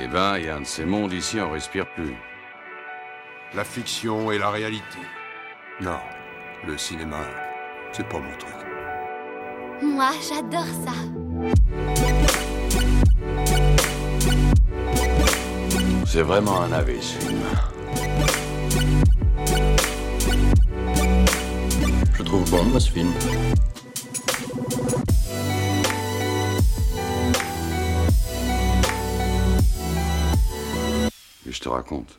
Eh ben, il y a un de ces mondes ici, on respire plus. La fiction et la réalité. Non, le cinéma, c'est pas mon truc. Moi, j'adore ça. C'est vraiment un navet, ce film. Je trouve bon, moi, ce film. Et je te raconte.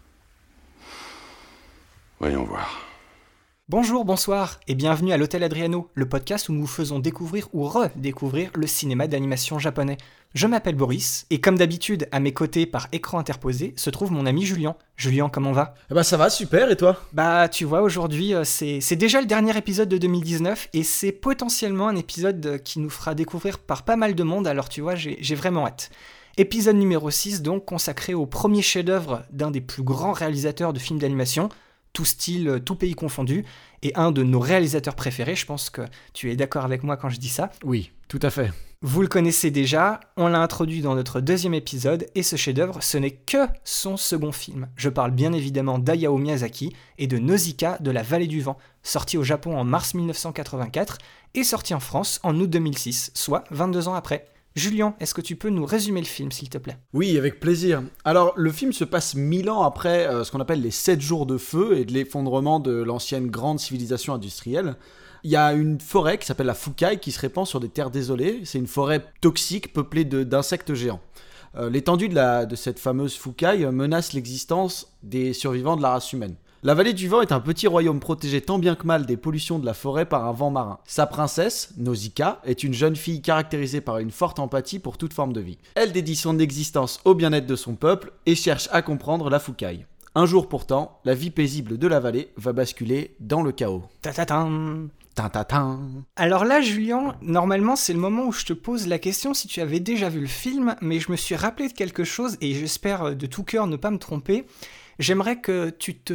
Voyons voir. Bonjour, bonsoir et bienvenue à l'Hôtel Adriano, le podcast où nous vous faisons découvrir ou redécouvrir le cinéma d'animation japonais. Je m'appelle Boris et comme d'habitude, à mes côtés par écran interposé, se trouve mon ami Julien. Julien, comment va ? Bah ça va, super, et toi ? Bah tu vois, aujourd'hui, c'est déjà le dernier épisode de 2019 et c'est potentiellement un épisode qui nous fera découvrir par pas mal de monde, alors tu vois, j'ai vraiment hâte. Épisode numéro 6, donc, consacré au premier chef-d'œuvre d'un des plus grands réalisateurs de films d'animation, tout style, tout pays confondu, et un de nos réalisateurs préférés, je pense que tu es d'accord avec moi quand je dis ça. Oui, tout à fait. Vous le connaissez déjà, on l'a introduit dans notre deuxième épisode, et ce chef-d'œuvre, ce n'est que son second film. Je parle bien évidemment d'Hayao Miyazaki et de Nausicaa de la Vallée du Vent, sorti au Japon en mars 1984 et sorti en France en août 2006, soit 22 ans après. Julien, est-ce que tu peux nous résumer le film, s'il te plaît ? Oui, avec plaisir. Alors, le film se passe 1000 ans après ce qu'on appelle les 7 jours de feu et de l'effondrement de l'ancienne grande civilisation industrielle. Il y a une forêt qui s'appelle la Fukai qui se répand sur des terres désolées. C'est une forêt toxique peuplée d'insectes géants. L'étendue de cette fameuse Fukai menace l'existence des survivants de la race humaine. La Vallée du Vent est un petit royaume protégé tant bien que mal des pollutions de la forêt par un vent marin. Sa princesse, Nausicaa, est une jeune fille caractérisée par une forte empathie pour toute forme de vie. Elle dédie son existence au bien-être de son peuple et cherche à comprendre la Fukai. Un jour pourtant, la vie paisible de la vallée va basculer dans le chaos. Ta-ta-tam. Tin-ta-tin. Alors là, Julien, normalement, c'est le moment où je te pose la question si tu avais déjà vu le film, mais je me suis rappelé de quelque chose et j'espère de tout cœur ne pas me tromper. J'aimerais que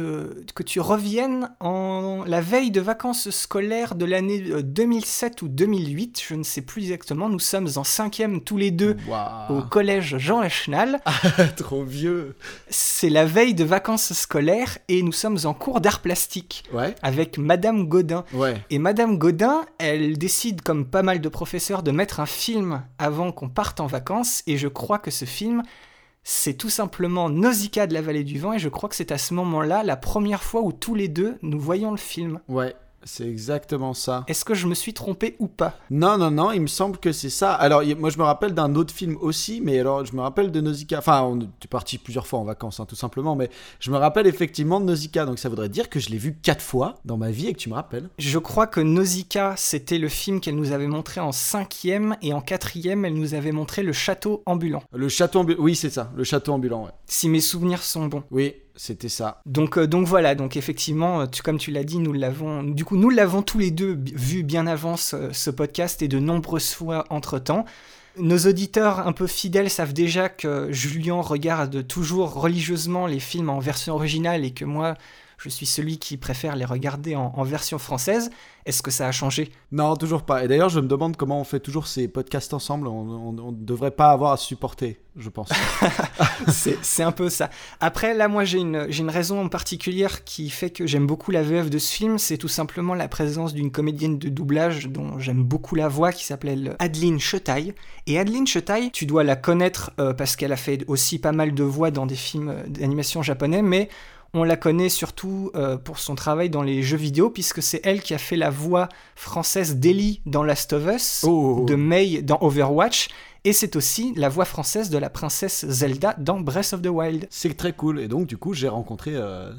tu reviennes en la veille de vacances scolaires de l'année 2007 ou 2008, je ne sais plus exactement, nous sommes en 5e tous les deux au collège Jean Echenal. Trop vieux. C'est la veille de vacances scolaires et nous sommes en cours d'art plastique avec Madame Godin. Ouais. Et Madame Godin, elle décide, comme pas mal de professeurs, de mettre un film avant qu'on parte en vacances et je crois que ce film... c'est tout simplement Nausicaa de la Vallée du Vent et je crois que c'est à ce moment-là la première fois où tous les deux nous voyons le film. Ouais, c'est exactement ça. Est-ce que je me suis trompé ou pas ? Non, il me semble que c'est ça. Alors, moi je me rappelle d'un autre film aussi, mais alors je me rappelle de Nausicaa. Enfin, on est parti plusieurs fois en vacances, tout simplement, mais je me rappelle effectivement de Nausicaa. Donc ça voudrait dire que je l'ai vu 4 fois dans ma vie et que tu me rappelles. Je crois que Nausicaa, c'était le film qu'elle nous avait montré en 5e et en 4e, elle nous avait montré Le Château Ambulant. Le château ambulant, oui c'est ça, le château ambulant, ouais. Si mes souvenirs sont bons. Oui, c'était ça. Donc voilà, donc effectivement, comme tu l'as dit, nous l'avons tous les deux vu bien avant ce podcast et de nombreuses fois entre-temps. Nos auditeurs un peu fidèles savent déjà que Julien regarde toujours religieusement les films en version originale et que moi, je suis celui qui préfère les regarder en version française. Est-ce que ça a changé ? Non, toujours pas. Et d'ailleurs, je me demande comment on fait toujours ces podcasts ensemble. On ne devrait pas avoir à se supporter, je pense. c'est un peu ça. Après, là, moi, j'ai une raison en particulier qui fait que j'aime beaucoup la VF de ce film. C'est tout simplement la présence d'une comédienne de doublage dont j'aime beaucoup la voix, qui s'appelle Adeline Chetaille. Et Adeline Chetaille, tu dois la connaître parce qu'elle a fait aussi pas mal de voix dans des films d'animation japonais, mais... on la connaît surtout pour son travail dans les jeux vidéo, puisque c'est elle qui a fait la voix française d'Ellie dans Last of Us, de Mei dans Overwatch, et c'est aussi la voix française de la princesse Zelda dans Breath of the Wild. C'est très cool, et donc du coup j'ai rencontré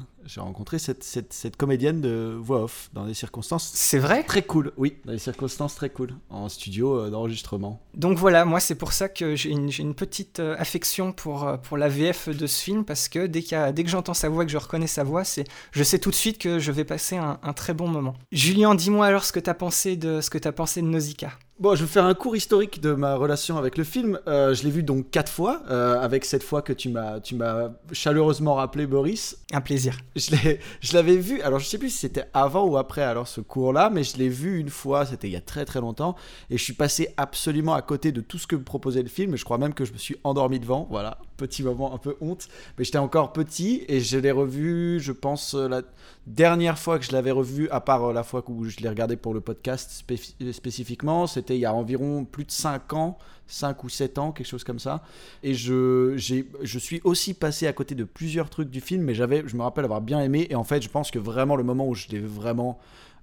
cette comédienne de voix off dans des circonstances... C'est vrai ? Très cool, oui, dans des circonstances très cool, en studio d'enregistrement. Donc voilà, moi c'est pour ça que j'ai une petite affection pour la VF de ce film, parce que dès que j'entends sa voix, que je reconnais sa voix, je sais tout de suite que je vais passer un très bon moment. Julien, dis-moi alors ce que t'as pensé de Nausicaa. Bon, je vais faire un cours historique de ma relation avec le film. Je l'ai vu donc 4 fois, avec cette fois que tu m'as chaleureusement rappelé, Boris. Un plaisir. Je l'avais vu, alors je sais plus si c'était avant ou après alors ce cours-là, mais je l'ai vu une fois, c'était il y a très très longtemps, et je suis passé absolument à côté de tout ce que me proposait le film, et je crois même que je me suis endormi devant, voilà, petit moment un peu honte, mais j'étais encore petit, et je l'ai revu, je pense, la dernière fois que je l'avais revu, à part la fois où je l'ai regardé pour le podcast spécifiquement, c'était il y a environ plus de 5 ans, 5 ou 7 ans, quelque chose comme ça. Et je suis aussi passé à côté de plusieurs trucs du film, mais je me rappelle avoir bien aimé. Et en fait, je pense que vraiment le moment où je l'ai vraiment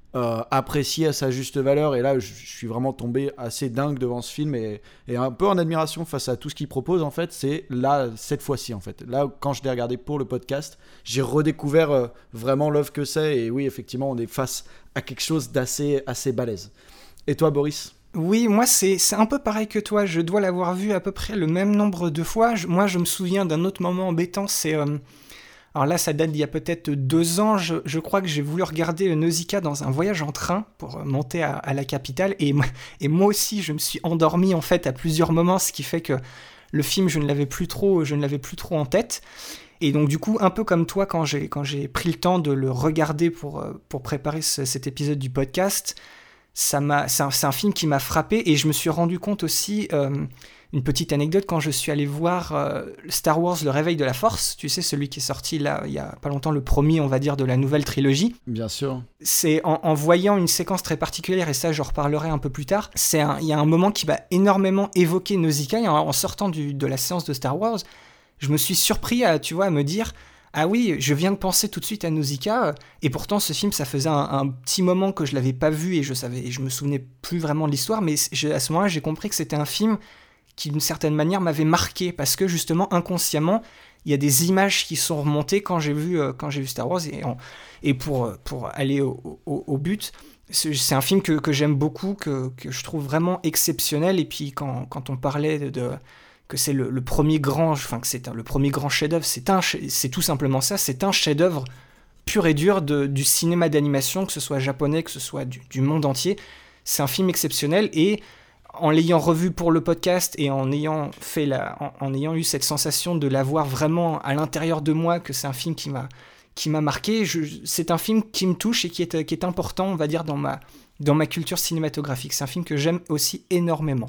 apprécié à sa juste valeur, et là, je suis vraiment tombé assez dingue devant ce film et un peu en admiration face à tout ce qu'il propose, en fait, c'est là, cette fois-ci, en fait. Là, quand je l'ai regardé pour le podcast, j'ai redécouvert vraiment l'œuvre que c'est. Et oui, effectivement, on est face à quelque chose d'assez balèze. Et toi, Boris ? Oui, moi c'est un peu pareil que toi, je dois l'avoir vu à peu près le même nombre de fois. Moi je me souviens d'un autre moment embêtant, c'est... alors là ça date d'il y a peut-être 2 ans, je crois que j'ai voulu regarder Nausicaa dans un voyage en train pour monter à la capitale, et moi aussi je me suis endormi en fait à plusieurs moments, ce qui fait que le film je ne l'avais plus trop en tête. Et donc du coup, un peu comme toi, quand j'ai pris le temps de le regarder pour préparer cet épisode du podcast, c'est un film qui m'a frappé, et je me suis rendu compte aussi, une petite anecdote, quand je suis allé voir Star Wars Le Réveil de la Force, tu sais, celui qui est sorti là il y a pas longtemps, le premier, on va dire, de la nouvelle trilogie. Bien sûr. C'est en voyant une séquence très particulière, et ça je reparlerai un peu plus tard, il y a un moment qui m'a énormément évoqué Nausicaa, et en sortant de la séance de Star Wars, je me suis surpris à me dire... Ah oui, je viens de penser tout de suite à Nausicaa, et pourtant ce film, ça faisait un petit moment que je l'avais pas vu, et je me souvenais plus vraiment de l'histoire, mais à ce moment-là, j'ai compris que c'était un film qui, d'une certaine manière, m'avait marqué, parce que justement, inconsciemment, il y a des images qui sont remontées quand j'ai vu Star Wars, et pour aller au but, c'est un film que j'aime beaucoup, que je trouve vraiment exceptionnel, et puis quand on parlait que c'est le premier grand, enfin que c'est le premier grand chef-d'œuvre, c'est tout simplement ça, c'est un chef-d'œuvre pur et dur du cinéma d'animation, que ce soit japonais, que ce soit du monde entier. C'est un film exceptionnel, et en l'ayant revu pour le podcast, et en ayant eu cette sensation de l'avoir vraiment à l'intérieur de moi, que c'est un film qui m'a marqué, c'est un film qui me touche et qui est important, on va dire, dans ma culture cinématographique. C'est un film que j'aime aussi énormément.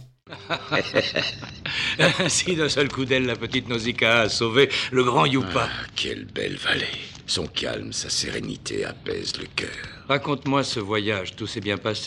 Ainsi, d'un seul coup d'aile, la petite Nausicaa a sauvé le grand Youpa. Ah, quelle belle vallée. Son calme, sa sérénité apaisent le cœur. Raconte-moi ce voyage, tout s'est bien passé ?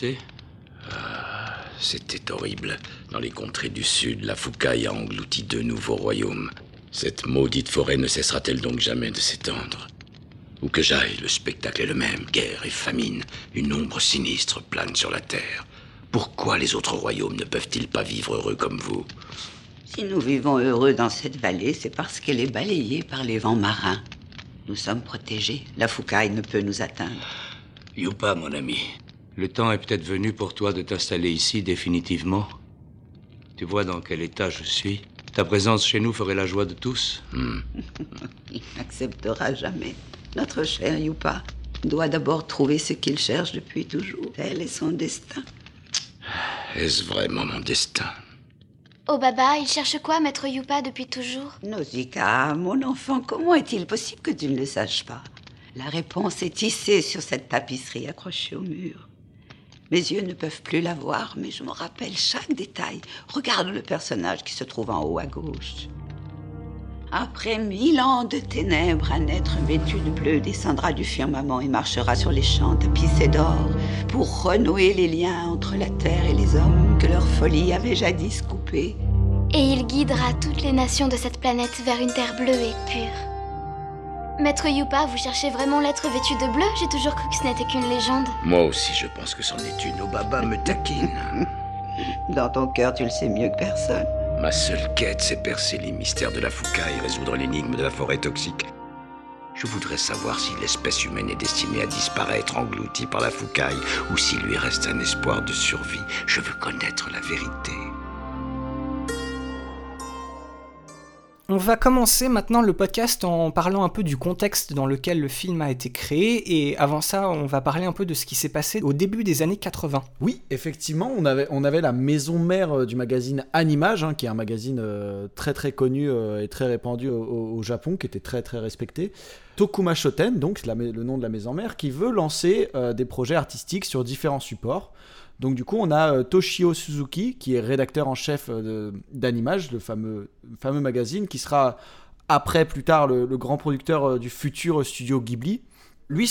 C'était horrible. Dans les contrées du sud, la Foucaille a englouti 2 nouveaux royaumes. Cette maudite forêt ne cessera-t-elle donc jamais de s'étendre ? Où que j'aille, le spectacle est le même. Guerre et famine. Une ombre sinistre plane sur la terre. Pourquoi les autres royaumes ne peuvent-ils pas vivre heureux comme vous ? Si nous vivons heureux dans cette vallée, c'est parce qu'elle est balayée par les vents marins. Nous sommes protégés. La Foucaille ne peut nous atteindre. Youpa, mon ami, le temps est peut-être venu pour toi de t'installer ici définitivement. Tu vois dans quel état je suis ? Ta présence chez nous ferait la joie de tous. Il n'acceptera jamais. Notre cher Youpa doit d'abord trouver ce qu'il cherche depuis toujours. Tel est son destin. Est-ce vraiment mon destin ? Oh Baba, il cherche quoi, maître Youpa, depuis toujours ? Nausicaa, mon enfant, comment est-il possible que tu ne le saches pas ? La réponse est tissée sur cette tapisserie accrochée au mur. Mes yeux ne peuvent plus la voir, mais je me rappelle chaque détail. Regarde le personnage qui se trouve en haut à gauche. Après 1000 ans de ténèbres, un être vêtu de bleu descendra du firmament et marchera sur les champs tapissés d'or pour renouer les liens entre la terre et les hommes que leur folie avait jadis coupés. Et il guidera toutes les nations de cette planète vers une terre bleue et pure. Maître Youpa, vous cherchez vraiment l'être vêtu de bleu ? J'ai toujours cru que ce n'était qu'une légende. Moi aussi, je pense que c'en est une. Obaba me taquine. Dans ton cœur, tu le sais mieux que personne. Ma seule quête, c'est percer les mystères de la Foucaille et résoudre l'énigme de la forêt toxique. Je voudrais savoir si l'espèce humaine est destinée à disparaître engloutie par la Foucaille ou s'il lui reste un espoir de survie. Je veux connaître la vérité. On va commencer maintenant le podcast en parlant un peu du contexte dans lequel le film a été créé, et avant ça, on va parler un peu de ce qui s'est passé au début des années 80. Oui, effectivement, on avait la maison mère du magazine Animage, qui est un magazine très très connu et très répandu au Japon, qui était très très respecté. Tokuma Shoten, donc c'est le nom de la maison mère, qui veut lancer des projets artistiques sur différents supports. Donc du coup, on a Toshio Suzuki, qui est rédacteur en chef d'Animage, le fameux magazine, qui sera après, plus tard, le grand producteur du futur studio Ghibli. Lui,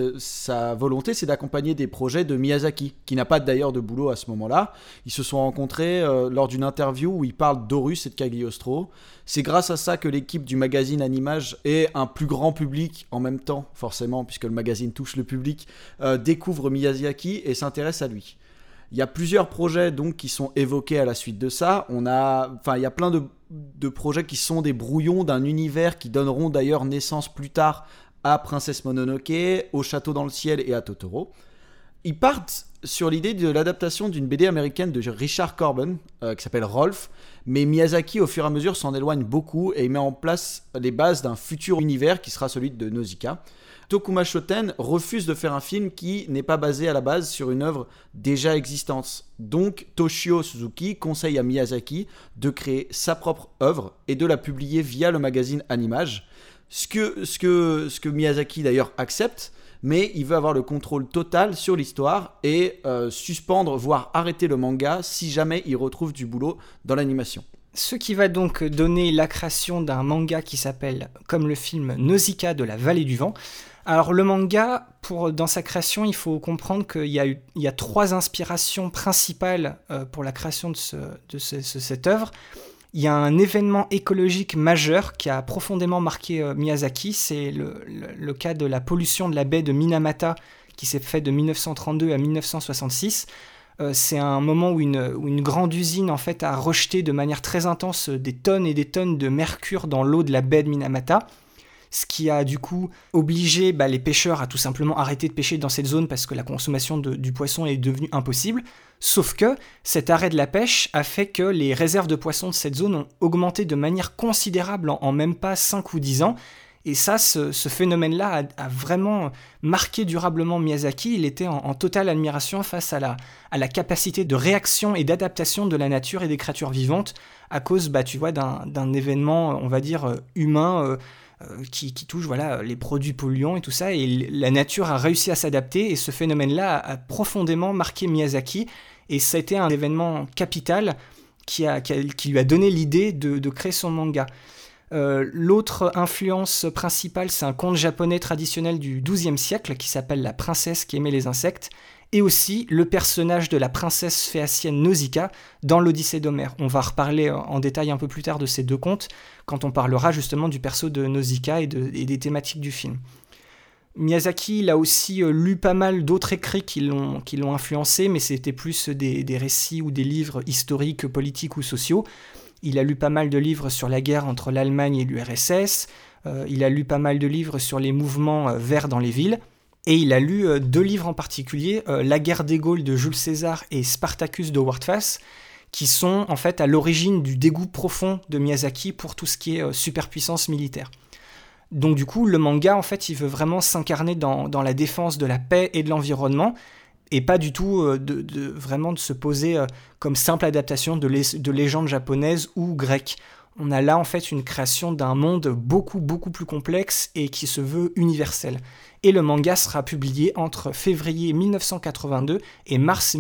sa volonté, c'est d'accompagner des projets de Miyazaki, qui n'a pas d'ailleurs de boulot à ce moment-là. Ils se sont rencontrés lors d'une interview où ils parlent d'Horus et de Cagliostro. C'est grâce à ça que l'équipe du magazine Animage et un plus grand public en même temps, forcément, puisque le magazine touche le public, découvre Miyazaki et s'intéresse à lui. Il y a plusieurs projets donc qui sont évoqués à la suite de ça. Il y a plein de projets qui sont des brouillons d'un univers qui donneront d'ailleurs naissance plus tard à Princesse Mononoke, au Château dans le ciel et à Totoro. Ils partent sur l'idée de l'adaptation d'une BD américaine de Richard Corben qui s'appelle Rolf, mais Miyazaki au fur et à mesure s'en éloigne beaucoup et il met en place les bases d'un futur univers qui sera celui de Nausicaa. Tokuma Shoten refuse de faire un film qui n'est pas basé à la base sur une œuvre déjà existante. Donc Toshio Suzuki conseille à Miyazaki de créer sa propre œuvre et de la publier via le magazine Animage. Ce que Miyazaki d'ailleurs accepte, mais il veut avoir le contrôle total sur l'histoire et suspendre, voire arrêter le manga si jamais il retrouve du boulot dans l'animation. Ce qui va donc donner la création d'un manga qui s'appelle, comme le film, Nausicaa de la vallée du vent. Alors le manga, dans sa création, il faut comprendre qu'il y a 3 inspirations principales pour la création de cette œuvre. Il y a un événement écologique majeur qui a profondément marqué Miyazaki, c'est le cas de la pollution de la baie de Minamata qui s'est fait de 1932 à 1966. C'est un moment où une grande usine en fait, a rejeté de manière très intense des tonnes et des tonnes de mercure dans l'eau de la baie de Minamata, ce qui a du coup obligé les pêcheurs à tout simplement arrêter de pêcher dans cette zone parce que la consommation du poisson est devenue impossible. Sauf que cet arrêt de la pêche a fait que les réserves de poissons de cette zone ont augmenté de manière considérable en même pas 5 ou 10 ans. Et ça, ce phénomène-là a vraiment marqué durablement Miyazaki. Il était en totale admiration face à la capacité de réaction et d'adaptation de la nature et des créatures vivantes à cause, d'un événement, on va dire, humain qui touche les produits polluants et tout ça. Et la nature a réussi à s'adapter et ce phénomène-là a profondément marqué Miyazaki. Et ça a été un événement capital qui lui a donné l'idée de créer son manga. L'autre influence principale, c'est un conte japonais traditionnel du XIIe siècle qui s'appelle La princesse qui aimait les insectes, et aussi le personnage de la princesse phéacienne Nausicaa dans l'Odyssée d'Homère. On va reparler en détail un peu plus tard de ces 2 contes, quand on parlera justement du perso de Nausicaa et des thématiques du film. Miyazaki, il a aussi lu pas mal d'autres écrits qui l'ont influencé, mais c'était plus des récits ou des livres historiques, politiques ou sociaux. Il a lu pas mal de livres sur la guerre entre l'Allemagne et l'URSS, il a lu pas mal de livres sur les mouvements verts dans les villes, et il a lu 2 livres en particulier, La guerre des Gaules de Jules César et Spartacus de Howard Fass, qui sont en fait à l'origine du dégoût profond de Miyazaki pour tout ce qui est superpuissance militaire. Donc du coup, le manga, en fait, il veut vraiment s'incarner dans la défense de la paix et de l'environnement, et pas du tout vraiment de se poser comme simple adaptation de légendes japonaises ou grecques. On a là en fait une création d'un monde beaucoup beaucoup plus complexe et qui se veut universel. Et le manga sera publié entre février 1982 et mars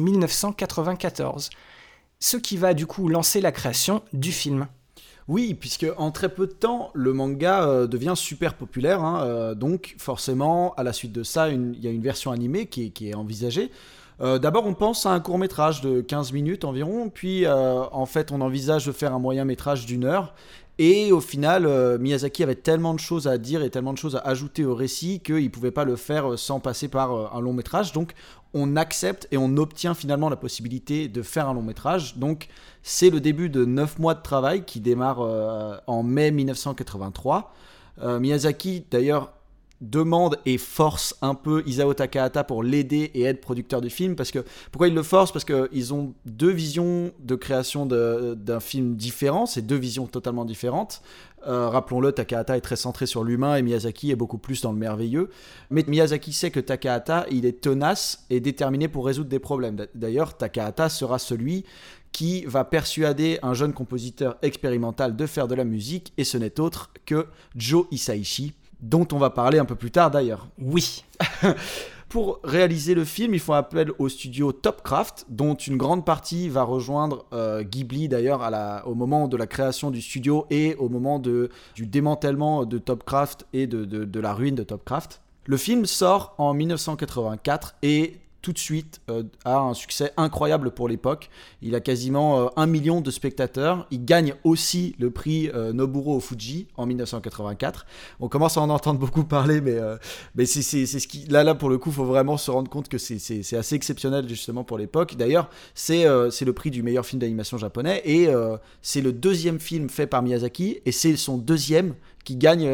1994. Ce qui va du coup lancer la création du film. Oui, puisque en très peu de temps, le manga devient super populaire. Donc forcément, à la suite de ça, il y a une version animée qui est envisagée. D'abord, on pense à un court-métrage de 15 minutes environ, puis en fait, on envisage de faire un moyen-métrage d'1 heure. Et au final, Miyazaki avait tellement de choses à dire et tellement de choses à ajouter au récit qu'il ne pouvait pas le faire sans passer par un long-métrage. Donc, on accepte et on obtient finalement la possibilité de faire un long-métrage. Donc, c'est le début de 9 mois de travail qui démarre en mai 1983. Miyazaki, d'ailleurs, demande et force un peu Isao Takahata pour l'aider et être producteur du film. Parce que, pourquoi il le force ? Parce qu'ils ont deux visions de création d'un film différents, c'est deux visions totalement différentes. Rappelons-le, Takahata est très centré sur l'humain et Miyazaki est beaucoup plus dans le merveilleux. Mais Miyazaki sait que Takahata, il est tenace et déterminé pour résoudre des problèmes. D'ailleurs, Takahata sera celui qui va persuader un jeune compositeur expérimental de faire de la musique, et ce n'est autre que Joe Hisaishi, dont on va parler un peu plus tard d'ailleurs. Oui. Pour réaliser le film, ils font appel au studio Topcraft, dont une grande partie va rejoindre Ghibli d'ailleurs au moment de la création du studio et au moment du démantèlement de Topcraft et de la ruine de Topcraft. Le film sort en 1984 et tout de suite a un succès incroyable pour l'époque. Il a quasiment 1 million de spectateurs. Il gagne aussi le prix Noboru Fuji en 1984. On commence à en entendre beaucoup parler, mais c'est ce qui... Là, pour le coup, il faut vraiment se rendre compte que c'est assez exceptionnel justement pour l'époque. D'ailleurs, c'est le prix du meilleur film d'animation japonais et c'est le deuxième film fait par Miyazaki et c'est son deuxième qui gagne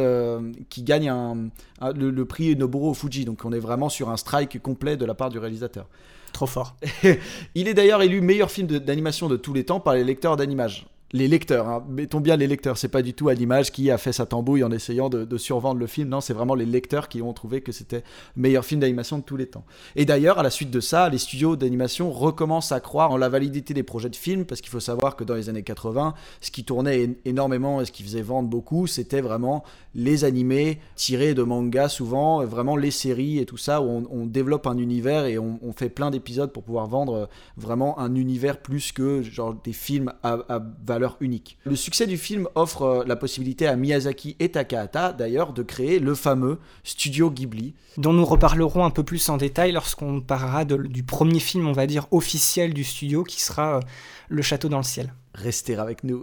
le prix Noboru Fuji. Donc on est vraiment sur un strike complet de la part du réalisateur. Trop fort. Il est d'ailleurs élu meilleur film d'animation de tous les temps par les lecteurs d'Animage. Les lecteurs, hein. Mettons bien les lecteurs, c'est pas du tout Animage qui a fait sa tambouille en essayant de survendre le film, non, c'est vraiment les lecteurs qui ont trouvé que c'était le meilleur film d'animation de tous les temps. Et d'ailleurs, à la suite de ça, les studios d'animation recommencent à croire en la validité des projets de films, parce qu'il faut savoir que dans les années 80, ce qui tournait énormément et ce qui faisait vendre beaucoup, c'était vraiment les animés tirés de mangas souvent, vraiment les séries et tout ça, où on développe un univers et on fait plein d'épisodes pour pouvoir vendre vraiment un univers plus que genre des films à valeur unique. Le succès du film offre la possibilité à Miyazaki et Takahata d'ailleurs de créer le fameux studio Ghibli, dont nous reparlerons un peu plus en détail lorsqu'on parlera du premier film, on va dire, officiel du studio qui sera Le Château dans le ciel. Restez avec nous.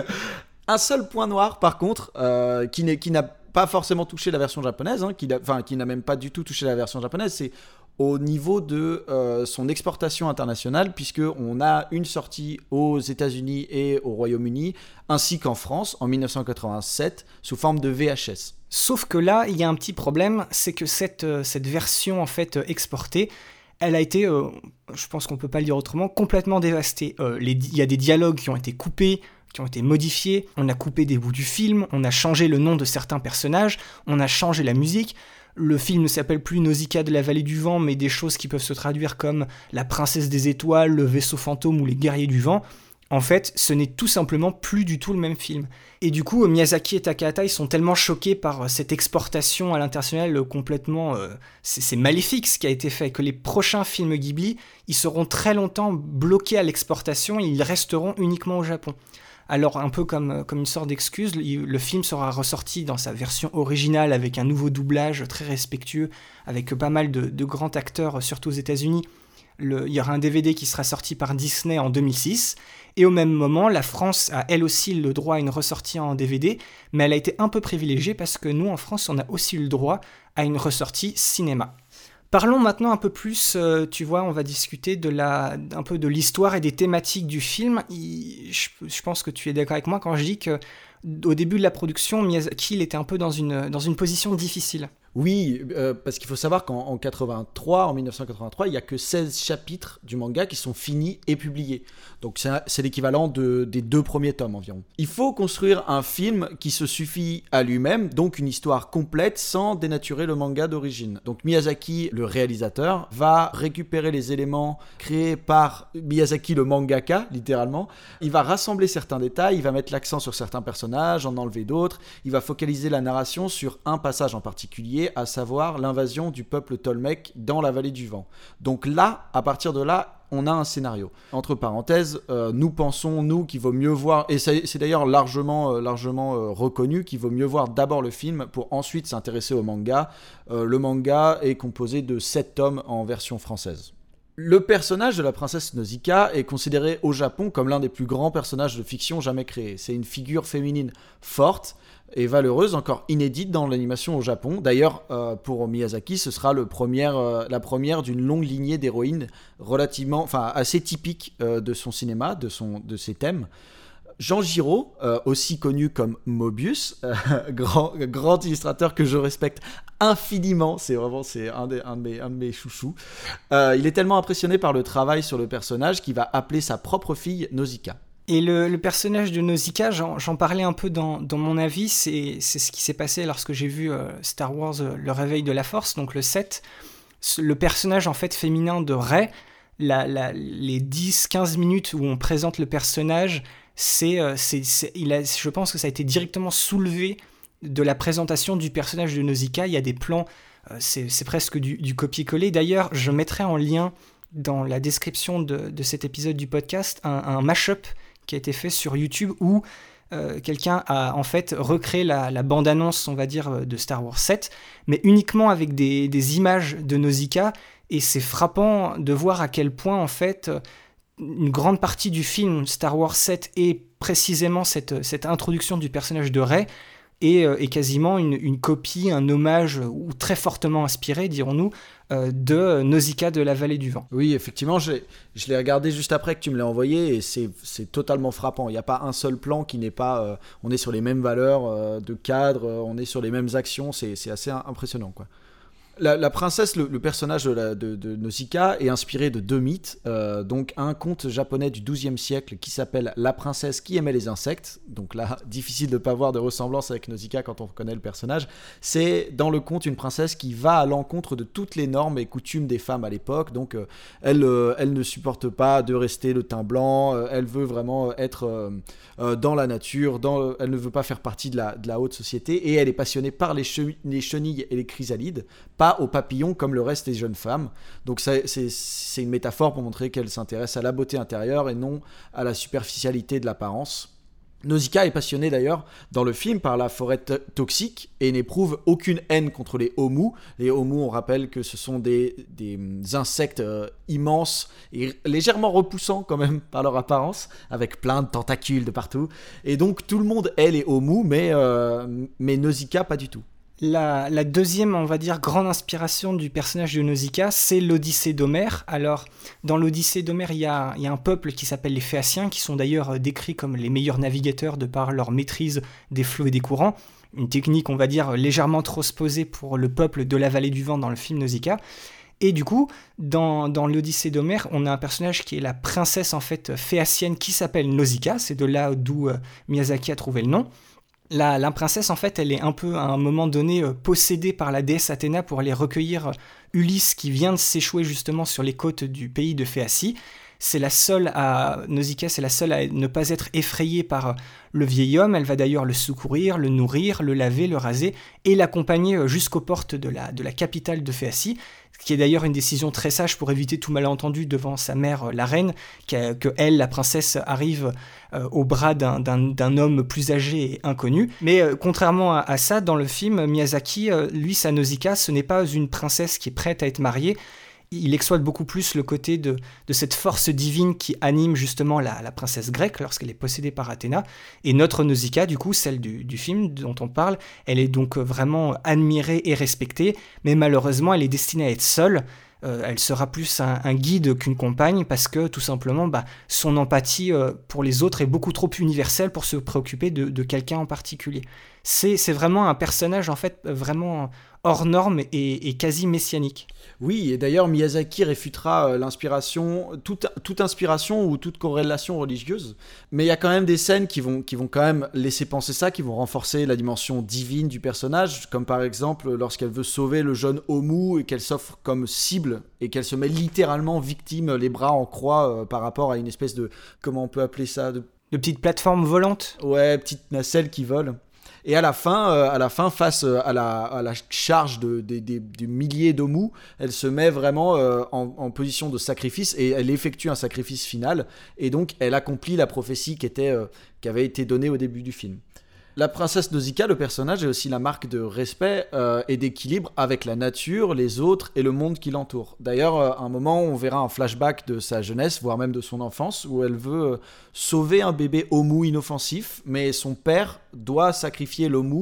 Un seul point noir par contre qui n'a pas forcément touché la version japonaise, qui n'a même pas du tout touché la version japonaise, c'est au niveau de son exportation internationale, puisqu'on a une sortie aux États-Unis et au Royaume-Uni, ainsi qu'en France en 1987, sous forme de VHS. Sauf que là, il y a un petit problème, c'est que cette version en fait exportée, elle a été, je pense qu'on ne peut pas le dire autrement, complètement dévastée. Il y a des dialogues qui ont été coupés, qui ont été modifiés, on a coupé des bouts du film, on a changé le nom de certains personnages, on a changé la musique. Le film ne s'appelle plus Nausicaa de la vallée du vent, mais des choses qui peuvent se traduire comme la princesse des étoiles, le vaisseau fantôme ou les guerriers du vent. En fait, ce n'est tout simplement plus du tout le même film. Et du coup, Miyazaki et Takahata, ils sont tellement choqués par cette exportation à l'international complètement... c'est maléfique ce qui a été fait, que les prochains films Ghibli, ils seront très longtemps bloqués à l'exportation et ils resteront uniquement au Japon. Alors, un peu comme une sorte d'excuse, le film sera ressorti dans sa version originale avec un nouveau doublage très respectueux, avec pas mal de grands acteurs, surtout aux États-Unis. Il y aura un DVD qui sera sorti par Disney en 2006. Et au même moment, la France a elle aussi le droit à une ressortie en DVD, mais elle a été un peu privilégiée parce que nous, en France, on a aussi eu le droit à une ressortie cinéma. Parlons maintenant un peu plus, tu vois, on va discuter un peu de l'histoire et des thématiques du film. Je pense que tu es d'accord avec moi quand je dis qu'au début de la production, Miyazaki il était un peu dans une position difficile. Oui, parce qu'il faut savoir qu'en 1983, il n'y a que 16 chapitres du manga qui sont finis et publiés. Donc c'est l'équivalent des 2 premiers tomes environ. Il faut construire un film qui se suffit à lui-même, donc une histoire complète sans dénaturer le manga d'origine. Donc Miyazaki, le réalisateur, va récupérer les éléments créés par Miyazaki le mangaka, littéralement. Il va rassembler certains détails, il va mettre l'accent sur certains personnages, en enlever d'autres. Il va focaliser la narration sur un passage en particulier, à savoir l'invasion du peuple Tolmec dans la vallée du vent. Donc là, à partir de là, on a un scénario. Entre parenthèses, nous pensons, qu'il vaut mieux voir, et c'est d'ailleurs largement reconnu, qu'il vaut mieux voir d'abord le film pour ensuite s'intéresser au manga. Le manga est composé de 7 tomes en version française. Le personnage de la princesse Nausicaa est considéré au Japon comme l'un des plus grands personnages de fiction jamais créés. C'est une figure féminine forte et valeureuse, encore inédite dans l'animation au Japon. D'ailleurs, pour Miyazaki, ce sera la première d'une longue lignée d'héroïnes assez typique de son cinéma, de ses thèmes. Jean Giraud, aussi connu comme Mobius, grand illustrateur que je respecte infiniment, c'est un de mes chouchous. Il est tellement impressionné par le travail sur le personnage qu'il va appeler sa propre fille Nausicaa. Et le personnage de Nausicaa, j'en parlais un peu dans mon avis, c'est ce qui s'est passé lorsque j'ai vu Star Wars Le Réveil de la Force, donc le 7. Le personnage en fait féminin de Rey, les 10-15 minutes où on présente le personnage, je pense que ça a été directement soulevé de la présentation du personnage de Nausicaa. Il y a des plans, c'est presque du copier-coller. D'ailleurs, je mettrai en lien dans la description de cet épisode du podcast un mash-up qui a été fait sur YouTube où quelqu'un a en fait recréé la bande-annonce, on va dire, de Star Wars 7, mais uniquement avec des images de Nausicaa, et c'est frappant de voir à quel point en fait une grande partie du film Star Wars 7 est précisément cette introduction du personnage de Rey est quasiment une copie, un hommage, ou très fortement inspiré, dirons-nous, de Nausicaa de la Vallée du Vent. Oui, effectivement, je l'ai regardé juste après que tu me l'as envoyé, et c'est totalement frappant. Il n'y a pas un seul plan qui n'est pas... on est sur les mêmes valeurs de cadre, on est sur les mêmes actions, c'est assez impressionnant, quoi. La princesse, le personnage de Nausicaa est inspiré de 2 mythes, donc un conte japonais du XIIe siècle qui s'appelle La princesse qui aimait les insectes, donc là, difficile de ne pas voir de ressemblance avec Nausicaa quand on connaît le personnage. C'est dans le conte une princesse qui va à l'encontre de toutes les normes et coutumes des femmes à l'époque, donc elle ne supporte pas de rester le teint blanc, elle veut vraiment être dans la nature, elle ne veut pas faire partie de la haute société, et elle est passionnée par les chenilles et les chrysalides, pas aux papillons comme le reste des jeunes femmes. Donc c'est une métaphore pour montrer qu'elle s'intéresse à la beauté intérieure et non à la superficialité de l'apparence. Nausicaa est passionnée d'ailleurs dans le film par la forêt toxique et n'éprouve aucune haine contre les homus. Les homus, on rappelle que ce sont des insectes immenses et légèrement repoussants quand même par leur apparence, avec plein de tentacules de partout. Et donc tout le monde hait les homus, mais Nausicaa pas du tout. La deuxième, on va dire, grande inspiration du personnage de Nausicaa, c'est l'Odyssée d'Homère. Alors, dans l'Odyssée d'Homère, il y a un peuple qui s'appelle les Phéaciens, qui sont d'ailleurs décrits comme les meilleurs navigateurs de par leur maîtrise des flots et des courants. Une technique, on va dire, légèrement transposée pour le peuple de la Vallée du Vent dans le film Nausicaa. Et du coup, dans l'Odyssée d'Homère, on a un personnage qui est la princesse, en fait, phéacienne, qui s'appelle Nausicaa. C'est de là d'où Miyazaki a trouvé le nom. La princesse, en fait, elle est un peu, à un moment donné, possédée par la déesse Athéna pour aller recueillir Ulysse, qui vient de s'échouer justement sur les côtes du pays de Phéacie. Nausicaa, c'est la seule à ne pas être effrayée par le vieil homme. Elle va d'ailleurs le secourir, le nourrir, le laver, le raser, et l'accompagner jusqu'aux portes de la capitale de Phéacie, ce qui est d'ailleurs une décision très sage pour éviter tout malentendu devant sa mère, la reine, que elle, la princesse, arrive au bras d'un homme plus âgé et inconnu. Mais contrairement à ça, dans le film, Miyazaki, lui, sa Nausicaa, ce n'est pas une princesse qui est prête à être mariée. Il exploite beaucoup plus le côté de cette force divine qui anime justement la princesse grecque lorsqu'elle est possédée par Athéna. Et notre Nausicaa, du coup, celle du film dont on parle, elle est donc vraiment admirée et respectée, mais malheureusement, elle est destinée à être seule. Elle sera plus un guide qu'une compagne parce que, tout simplement, son empathie pour les autres est beaucoup trop universelle pour se préoccuper de quelqu'un en particulier. C'est vraiment un personnage, en fait, vraiment hors norme et quasi messianique. Oui, et d'ailleurs Miyazaki réfutera toute inspiration ou toute corrélation religieuse, mais il y a quand même des scènes qui vont quand même laisser penser ça, qui vont renforcer la dimension divine du personnage, comme par exemple lorsqu'elle veut sauver le jeune homu et qu'elle s'offre comme cible et qu'elle se met littéralement victime, les bras en croix par rapport à une espèce de, comment on peut appeler ça, de petite plateforme volante. Ouais, petite nacelle qui vole. Et à la fin, face à la charge des milliers d'homus, elle se met vraiment en position de sacrifice et elle effectue un sacrifice final. Et donc, elle accomplit la prophétie qui avait été donnée au début du film. La princesse Nausicaa, le personnage, est aussi la marque de respect et d'équilibre avec la nature, les autres et le monde qui l'entoure. D'ailleurs, à un moment, on verra un flashback de sa jeunesse, voire même de son enfance, où elle veut sauver un bébé homu inoffensif, mais son père doit sacrifier l'homu,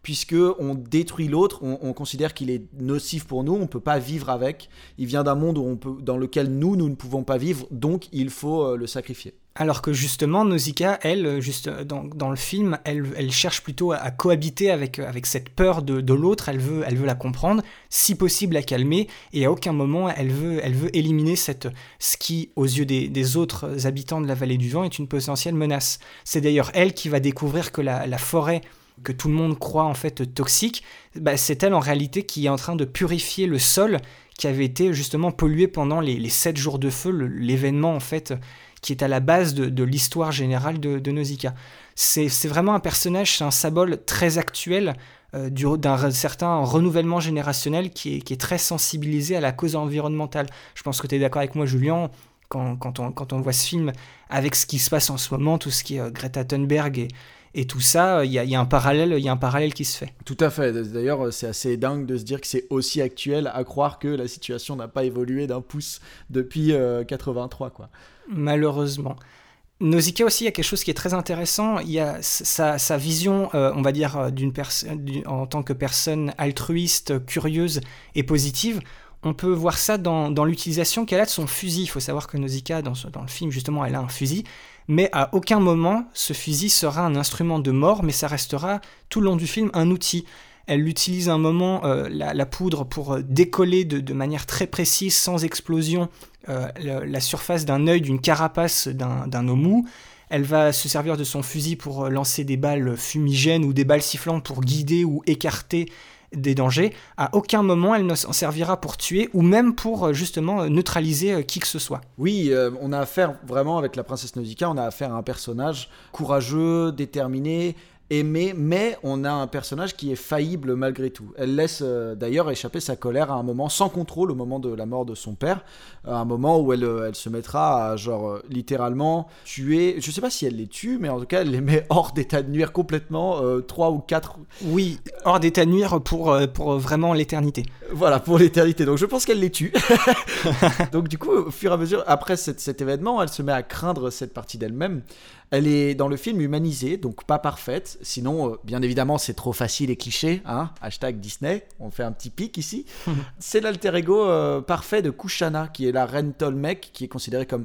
puisque on détruit l'autre, on considère qu'il est nocif pour nous, on ne peut pas vivre avec. Il vient d'un monde dans lequel nous ne pouvons pas vivre, donc il faut le sacrifier. Alors que justement, Nausicaa, elle, juste dans le film, elle cherche plutôt à cohabiter avec cette peur de l'autre, elle veut la comprendre, si possible la calmer, et à aucun moment elle veut éliminer ce qui, aux yeux des autres habitants de la vallée du vent, est une potentielle menace. C'est d'ailleurs elle qui va découvrir que la forêt, que tout le monde croit en fait toxique, c'est elle en réalité qui est en train de purifier le sol qui avait été justement pollué pendant les 7 jours de feu, l'événement en fait qui est à la base de l'histoire générale de Nausicaa. C'est vraiment un personnage, c'est un symbole très actuel d'un certain renouvellement générationnel qui est très sensibilisé à la cause environnementale. Je pense que tu es d'accord avec moi, Julien, quand on voit ce film avec ce qui se passe en ce moment, tout ce qui est Greta Thunberg et tout ça, il y a un parallèle qui se fait. Tout à fait. D'ailleurs, c'est assez dingue de se dire que c'est aussi actuel, à croire que la situation n'a pas évolué d'un pouce depuis 83, quoi. Malheureusement. Nausicaa aussi, il y a quelque chose qui est très intéressant. Il y a sa vision, on va dire, en tant que personne altruiste, curieuse et positive. On peut voir ça dans l'utilisation qu'elle a de son fusil. Il faut savoir que Nausicaa, dans le film, justement, elle a un fusil. Mais à aucun moment, ce fusil sera un instrument de mort, mais ça restera tout le long du film un outil. Elle utilise un moment la poudre pour décoller de manière très précise, sans explosion, la surface d'un œil, d'une carapace d'un omu. Elle va se servir de son fusil pour lancer des balles fumigènes ou des balles sifflantes pour guider ou écarter des dangers. À aucun moment elle ne s'en servira pour tuer ou même pour justement neutraliser qui que ce soit. Oui, on a affaire vraiment avec la princesse Nausicaa, on a affaire à un personnage courageux, déterminé, aimé, mais on a un personnage qui est faillible malgré tout. Elle laisse d'ailleurs échapper sa colère à un moment sans contrôle, au moment de la mort de son père, à un moment où elle se mettra à littéralement tuer, je sais pas si elle les tue, mais en tout cas elle les met hors d'état de nuire complètement, 3 ou 4. Oui, hors d'état de nuire pour vraiment l'éternité. Voilà, pour l'éternité, donc je pense qu'elle les tue. Donc du coup, au fur et à mesure, après cet événement, elle se met à craindre cette partie d'elle-même. Elle est dans le film humanisée, donc pas parfaite. Sinon, bien évidemment, c'est trop facile et cliché. Hein, hashtag Disney, on fait un petit pic ici. C'est l'alter ego parfait de Kushana, qui est la reine Tolmec, qui est considérée comme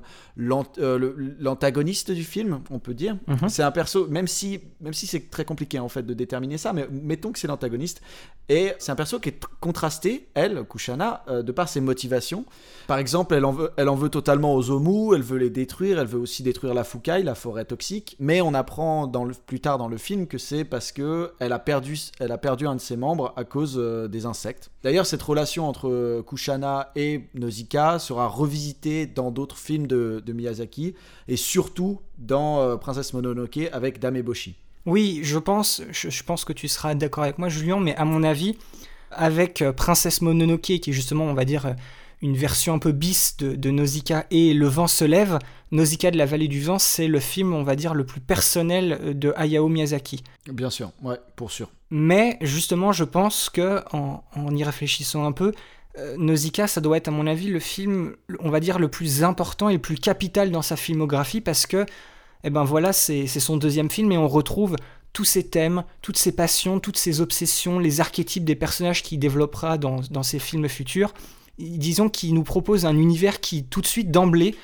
l'antagoniste du film, on peut dire. C'est un perso, même si c'est très compliqué en fait de déterminer ça, mais mettons que c'est l'antagoniste. Et c'est un perso qui est contrasté, elle, Kushana, de par ses motivations. Par exemple, elle en veut totalement aux Omu, elle veut les détruire, elle veut aussi détruire la Fukai, la forêt toxique, mais on apprend plus tard dans le film que c'est parce que elle a perdu un de ses membres à cause des insectes. D'ailleurs, cette relation entre Kushana et Nausicaa sera revisitée dans d'autres films de Miyazaki et surtout dans Princesse Mononoke avec Dame Eboshi. Oui, je pense que tu seras d'accord avec moi, Julien, mais à mon avis, avec Princesse Mononoke, qui est justement, on va dire, une version un peu bis de Nausicaa et Le vent se lève, Nausicaa de la vallée du vent, c'est le film, on va dire, le plus personnel de Hayao Miyazaki. Bien sûr, ouais, pour sûr. Mais justement, je pense que en y réfléchissant un peu, Nausicaa, ça doit être, à mon avis, le film, on va dire, le plus important et le plus capital dans sa filmographie, parce que, voilà, c'est son deuxième film et on retrouve tous ces thèmes, toutes ces passions, toutes ces obsessions, les archétypes des personnages qu'il développera dans ses films futurs. Disons qu'il nous propose un univers qui, tout de suite, d'emblée,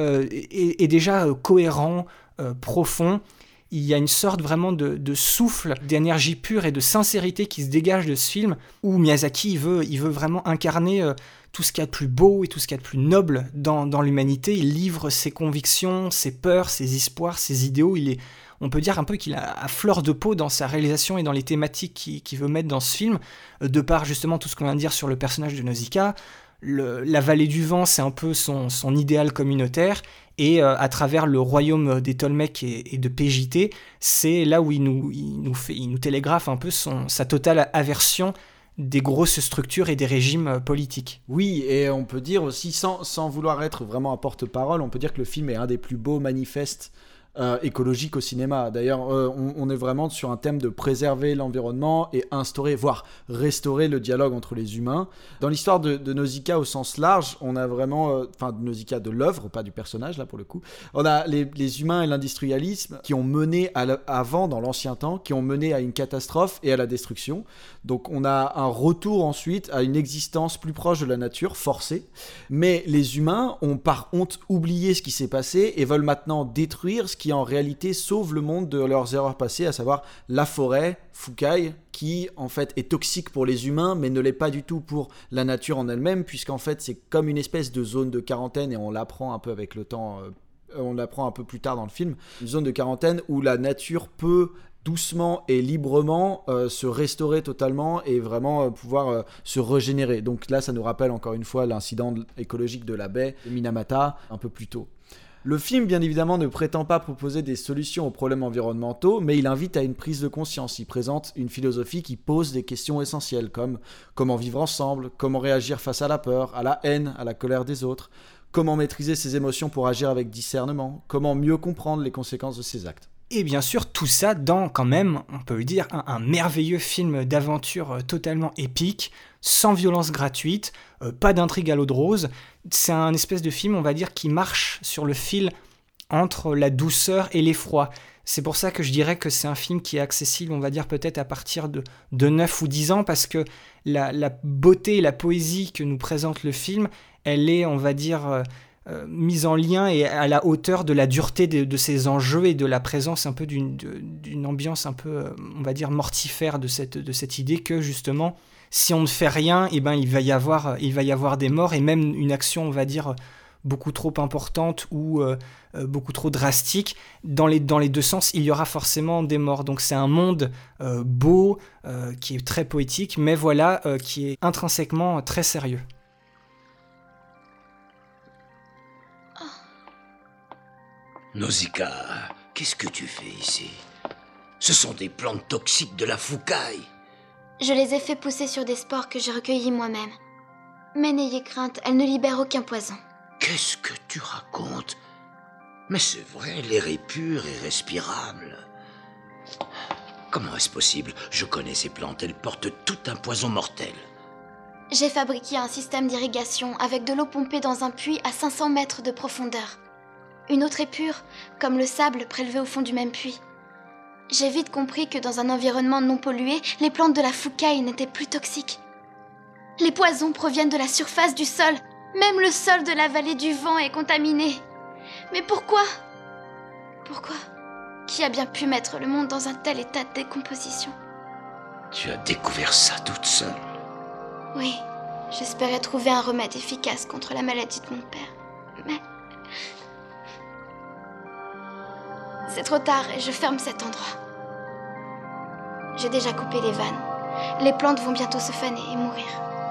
est déjà cohérent, profond. Il y a une sorte vraiment de souffle, d'énergie pure et de sincérité qui se dégage de ce film, où Miyazaki il veut vraiment incarner tout ce qu'il y a de plus beau et tout ce qu'il y a de plus noble dans l'humanité. Il livre ses convictions, ses peurs, ses espoirs, ses idéaux. On peut dire un peu qu'il a à fleur de peau dans sa réalisation et dans les thématiques qu'il veut mettre dans ce film, de par justement tout ce qu'on vient de dire sur le personnage de Nausicaa. La vallée du vent, c'est un peu son idéal communautaire, et à travers le royaume des Tolmecs et de PJT, c'est là où il nous télégraphe un peu sa totale aversion des grosses structures et des régimes politiques. Oui, et on peut dire aussi, sans vouloir être vraiment un porte-parole, on peut dire que le film est un des plus beaux manifestes écologique au cinéma. D'ailleurs, on est vraiment sur un thème de préserver l'environnement et instaurer, voire restaurer le dialogue entre les humains. Dans l'histoire de Nausicaa au sens large, on a vraiment, de Nausicaa de l'œuvre, pas du personnage là pour le coup, on a les humains et l'industrialisme qui ont mené avant, dans l'ancien temps, qui ont mené à une catastrophe et à la destruction. Donc on a un retour ensuite à une existence plus proche de la nature, forcée. Mais les humains ont par honte oublié ce qui s'est passé et veulent maintenant détruire ce qui en réalité sauve le monde de leurs erreurs passées, à savoir la forêt, Fukai, qui en fait est toxique pour les humains, mais ne l'est pas du tout pour la nature en elle-même, puisqu'en fait c'est comme une espèce de zone de quarantaine, et on l'apprend un peu avec le temps, on l'apprend un peu plus tard dans le film, une zone de quarantaine où la nature peut doucement et librement se restaurer totalement et vraiment pouvoir se régénérer. Donc là, ça nous rappelle encore une fois l'incident écologique de la baie de Minamata un peu plus tôt. Le film, bien évidemment, ne prétend pas proposer des solutions aux problèmes environnementaux, mais il invite à une prise de conscience. Il présente une philosophie qui pose des questions essentielles, comme comment vivre ensemble, comment réagir face à la peur, à la haine, à la colère des autres, comment maîtriser ses émotions pour agir avec discernement, comment mieux comprendre les conséquences de ses actes. Et bien sûr, tout ça dans, quand même, on peut le dire, un merveilleux film d'aventure totalement épique, sans violence gratuite, pas d'intrigue à l'eau de rose. C'est un espèce de film, on va dire, qui marche sur le fil entre la douceur et l'effroi. C'est pour ça que je dirais que c'est un film qui est accessible, on va dire, peut-être à partir de 9 ou 10 ans, parce que la beauté et la poésie que nous présente le film, elle est, on va dire... mise en lien et à la hauteur de la dureté de ces enjeux et de la présence un peu d'une ambiance un peu, on va dire, mortifère de cette idée que justement, si on ne fait rien, eh ben, il va y avoir des morts et même une action, on va dire, beaucoup trop importante ou beaucoup trop drastique. Dans les deux sens, il y aura forcément des morts. Donc c'est un monde beau, qui est très poétique, mais voilà, qui est intrinsèquement très sérieux. Nausicaa, qu'est-ce que tu fais ici? Ce sont des plantes toxiques de la Fukai. Je les ai fait pousser sur des spores que j'ai recueillis moi-même. Mais n'ayez crainte, elles ne libèrent aucun poison. Qu'est-ce que tu racontes? Mais c'est vrai, l'air est pur et respirable. Comment est-ce possible? Je connais ces plantes, elles portent tout un poison mortel. J'ai fabriqué un système d'irrigation avec de l'eau pompée dans un puits à 500 mètres de profondeur. Une autre est pure, comme le sable prélevé au fond du même puits. J'ai vite compris que dans un environnement non pollué, les plantes de la Fukai n'étaient plus toxiques. Les poisons proviennent de la surface du sol. Même le sol de la vallée du vent est contaminé. Mais pourquoi? Pourquoi? Qui a bien pu mettre le monde dans un tel état de décomposition? Tu as découvert ça toute seule? Oui, j'espérais trouver un remède efficace contre la maladie de mon père. Mais... c'est trop tard et je ferme cet endroit. J'ai déjà coupé les vannes. Les plantes vont bientôt se faner et mourir.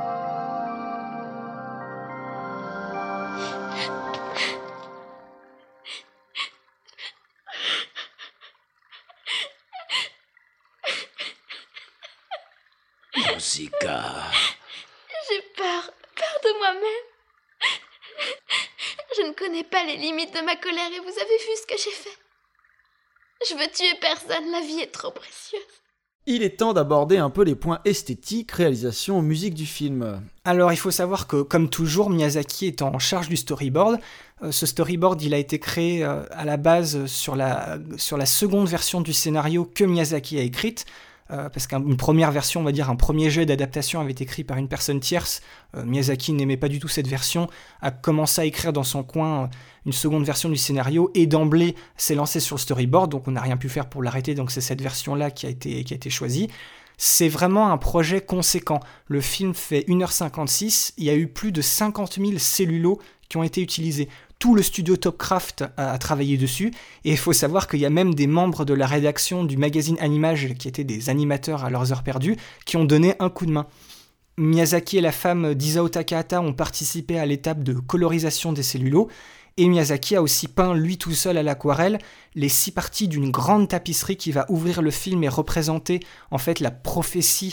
Nausicaa. J'ai peur de moi-même. Je ne connais pas les limites de ma colère et vous avez vu ce que j'ai fait. Je veux tuer personne, la vie est trop précieuse. Il est temps d'aborder un peu les points esthétiques, réalisation, musique du film. Alors il faut savoir que, comme toujours, Miyazaki est en charge du storyboard. Ce storyboard, il a été créé à la base sur la seconde version du scénario que Miyazaki a écrite. Parce qu'une première version, on va dire un premier jet d'adaptation avait été écrit par une personne tierce. Miyazaki n'aimait pas du tout cette version, a commencé à écrire dans son coin une seconde version du scénario et d'emblée s'est lancé sur le storyboard, donc on n'a rien pu faire pour l'arrêter, donc c'est cette version-là qui a été choisie. C'est vraiment un projet conséquent. Le film fait 1h56, il y a eu plus de 50 000 cellulos qui ont été utilisés. Tout le studio Topcraft a travaillé dessus, et il faut savoir qu'il y a même des membres de la rédaction du magazine Animage, qui étaient des animateurs à leurs heures perdues, qui ont donné un coup de main. Miyazaki et la femme d'Isao Takahata ont participé à l'étape de colorisation des cellulos, et Miyazaki a aussi peint lui tout seul à l'aquarelle les 6 parties d'une grande tapisserie qui va ouvrir le film et représenter en fait la prophétie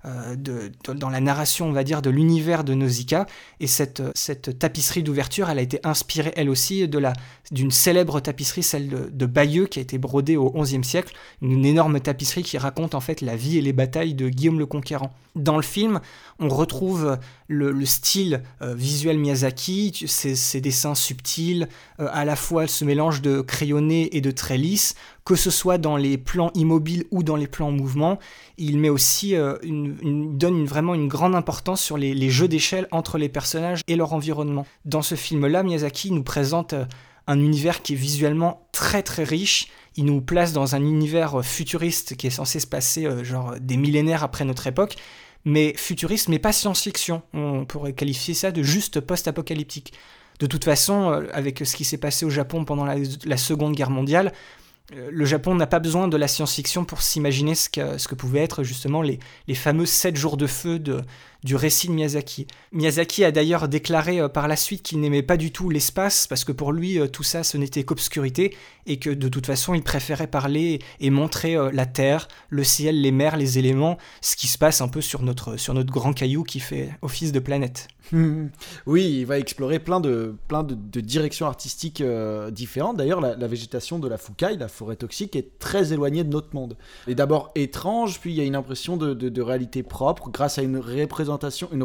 dans la narration, on va dire, de l'univers de Nausicaa. Et cette tapisserie d'ouverture, elle a été inspirée, elle aussi, d'une célèbre tapisserie, celle de Bayeux, qui a été brodée au XIe siècle. Une énorme tapisserie qui raconte en fait la vie et les batailles de Guillaume le Conquérant. Dans le film, on retrouve le style visuel Miyazaki, ces dessins subtils, à la fois ce mélange de crayonné et de traits lisses, que ce soit dans les plans immobiles ou dans les plans en mouvement. Il met aussi donne vraiment une grande importance sur les jeux d'échelle entre les personnages et leur environnement. Dans ce film-là, Miyazaki nous présente un univers qui est visuellement très très riche. Il nous place dans un univers futuriste qui est censé se passer genre des millénaires après notre époque, mais futuriste, mais pas science-fiction. On pourrait qualifier ça de juste post-apocalyptique. De toute façon, avec ce qui s'est passé au Japon pendant la Seconde Guerre mondiale, le Japon n'a pas besoin de la science-fiction pour s'imaginer ce que pouvaient être justement les fameux 7 jours de feu du récit de Miyazaki. Miyazaki a d'ailleurs déclaré par la suite qu'il n'aimait pas du tout l'espace, parce que pour lui, tout ça, ce n'était qu'obscurité, et que de toute façon, il préférait parler et montrer la terre, le ciel, les mers, les éléments, ce qui se passe un peu sur notre grand caillou qui fait office de planète. Oui, il va explorer plein de directions artistiques différentes. D'ailleurs, la végétation de la Fukai, la forêt toxique, est très éloignée de notre monde. Elle est d'abord étrange, puis il y a une impression de réalité propre grâce à une représentation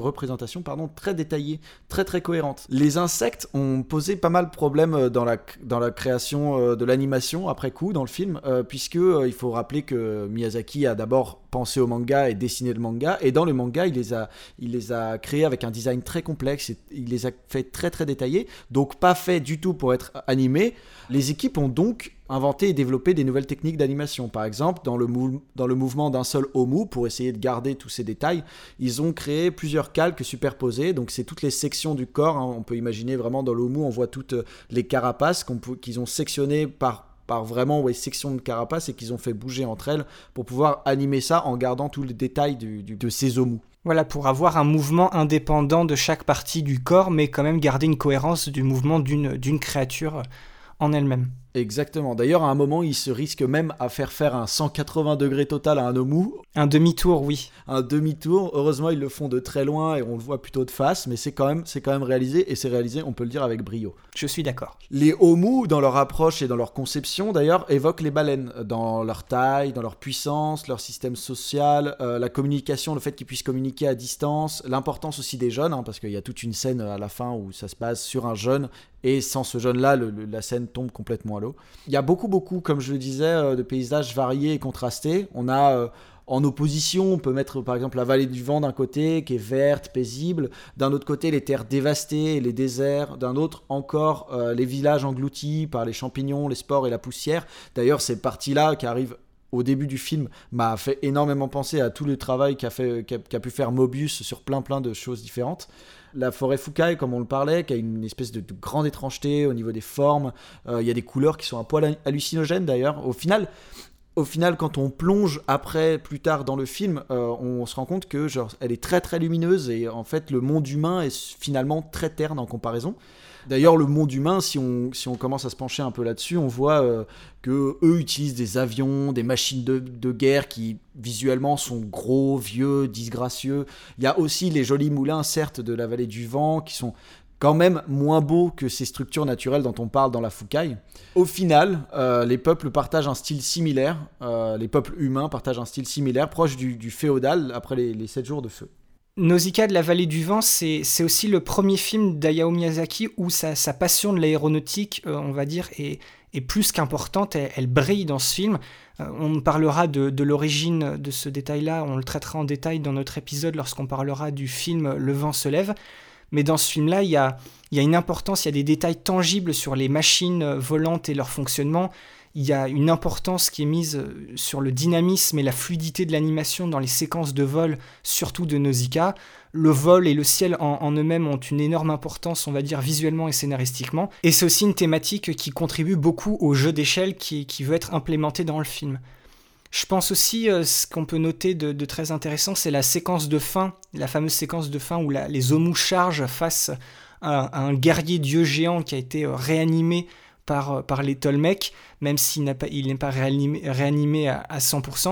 très détaillée, très très cohérente. Les insectes ont posé pas mal de problèmes dans la création de l'animation après coup dans le film, puisque il faut rappeler que Miyazaki a d'abord pensé au manga et dessiné le manga, et dans le manga il les a créés avec un design très complexe, et il les a fait très très détaillés, donc pas fait du tout pour être animés. Les équipes ont donc inventé et développé des nouvelles techniques d'animation. Par exemple, dans le mouvement d'un seul Omu, pour essayer de garder tous ces détails, ils ont créé plusieurs calques superposés, donc c'est toutes les sections du corps, hein. On peut imaginer vraiment dans l'Omu, on voit toutes les carapaces qu'ils ont sectionnées par vraiment section de carapace, et qu'ils ont fait bouger entre elles pour pouvoir animer ça en gardant tous les détails de ces Omu. Voilà, pour avoir un mouvement indépendant de chaque partie du corps, mais quand même garder une cohérence du mouvement d'une créature en elle-même. Exactement. D'ailleurs, à un moment, il se risque même à faire un 180 degrés total à un Omu. Un demi-tour, oui. Un demi-tour. Heureusement, ils le font de très loin et on le voit plutôt de face, mais c'est quand même réalisé, et c'est réalisé, on peut le dire, avec brio. Je suis d'accord. Les Omu, dans leur approche et dans leur conception, d'ailleurs, évoquent les baleines, dans leur taille, dans leur puissance, leur système social, la communication, le fait qu'ils puissent communiquer à distance, l'importance aussi des jeunes, hein, parce qu'il y a toute une scène à la fin où ça se base sur un jeune, et sans ce jeune-là, la scène tombe complètement à l'eau. Il y a beaucoup, comme je le disais, de paysages variés et contrastés. On a en opposition, on peut mettre par exemple la vallée du vent d'un côté, qui est verte, paisible. D'un autre côté, les terres dévastées et les déserts. D'un autre encore, les villages engloutis par les champignons, les spores et la poussière. D'ailleurs, ces parties-là qui arrivent au début du film m'a fait énormément penser à tout le travail qu'a pu faire Mobius sur plein de choses différentes. La forêt Fukai, comme on le parlait, qui a une espèce de grande étrangeté au niveau des formes. Il y a des couleurs qui sont un poil hallucinogènes d'ailleurs. Au final, quand on plonge plus tard dans le film, on se rend compte que elle est très très lumineuse, et en fait le monde humain est finalement très terne en comparaison. D'ailleurs, le monde humain, si on commence à se pencher un peu là-dessus, on voit que eux utilisent des avions, des machines de guerre qui visuellement sont gros, vieux, disgracieux. Il y a aussi les jolis moulins, certes, de la vallée du vent, qui sont quand même moins beaux que ces structures naturelles dont on parle dans la Fukai. Au final, les peuples partagent un style similaire, les peuples humains partagent un style similaire, proche du féodal, après les 7 jours de feu. Nausicaa de la vallée du vent, c'est aussi le premier film d'Hayao Miyazaki où sa passion de l'aéronautique, on va dire, est plus qu'importante. Elle brille dans ce film. On parlera de l'origine de ce détail-là, on le traitera en détail dans notre épisode lorsqu'on parlera du film Le vent se lève. Mais dans ce film-là, il y a une importance, il y a des détails tangibles sur les machines volantes et leur fonctionnement. Il y a une importance qui est mise sur le dynamisme et la fluidité de l'animation dans les séquences de vol, surtout de Nausicaa. Le vol et le ciel en eux-mêmes ont une énorme importance, on va dire, visuellement et scénaristiquement. Et c'est aussi une thématique qui contribue beaucoup au jeu d'échelle qui veut être implémenté dans le film. Je pense aussi, ce qu'on peut noter de très intéressant, c'est la séquence de fin, la fameuse séquence de fin où les Omu chargent face à un guerrier dieu géant qui a été réanimé par les Tolmecs, même s'il n'est pas réanimé à 100%.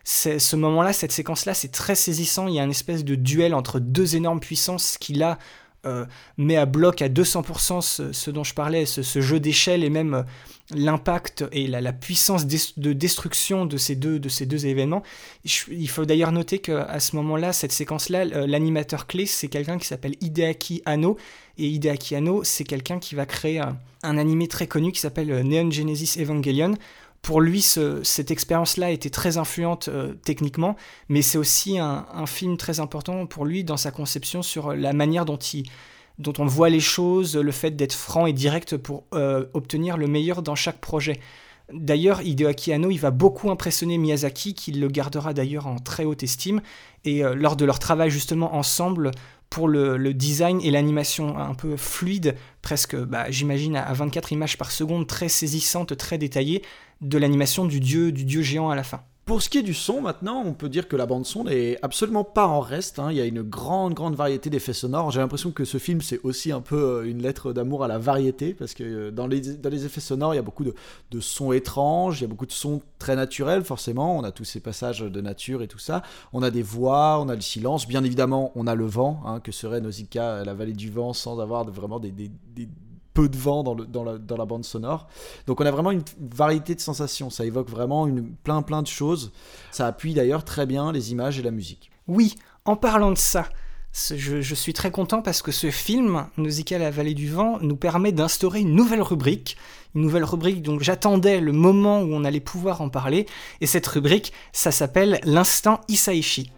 ce moment-là, cette séquence-là, c'est très saisissant. Il y a une espèce de duel entre deux énormes puissances qui, là, met à bloc à 200% ce dont je parlais, ce jeu d'échelle et même l'impact et la puissance de destruction de ces deux événements. Il faut d'ailleurs noter qu'à ce moment-là, cette séquence-là, l'animateur clé, c'est quelqu'un qui s'appelle Hideaki Anno. Et Hideaki Anno, c'est quelqu'un qui va créer un animé très connu qui s'appelle Neon Genesis Evangelion. Pour lui, cette expérience-là était très influente techniquement, mais c'est aussi un film très important pour lui dans sa conception sur la manière dont on voit les choses, le fait d'être franc et direct pour obtenir le meilleur dans chaque projet. D'ailleurs, Hideaki Anno, il va beaucoup impressionner Miyazaki, qui le gardera d'ailleurs en très haute estime, et lors de leur travail justement ensemble pour le design et l'animation un peu fluide, presque, j'imagine, à 24 images par seconde, très saisissante, très détaillée, de l'animation du dieu géant à la fin. Pour ce qui est du son, maintenant, on peut dire que la bande-son n'est absolument pas en reste. Il y a une grande variété d'effets sonores. J'ai l'impression que ce film, c'est aussi un peu une lettre d'amour à la variété, parce que dans les effets sonores, il y a beaucoup de sons étranges, il y a beaucoup de sons très naturels, forcément. On a tous ces passages de nature et tout ça. On a des voix, on a le silence. Bien évidemment, on a le vent, que serait Nausicaa, la vallée du vent, sans avoir vraiment des peu de vent dans la bande sonore. Donc on a vraiment une variété de sensations, ça évoque vraiment plein de choses. Ça appuie d'ailleurs très bien les images et la musique. Oui, en parlant de ça, je suis très content parce que ce film, Nausicaa la vallée du vent, nous permet d'instaurer une nouvelle rubrique dont j'attendais le moment où on allait pouvoir en parler, et cette rubrique, ça s'appelle l'instant Hisaishi.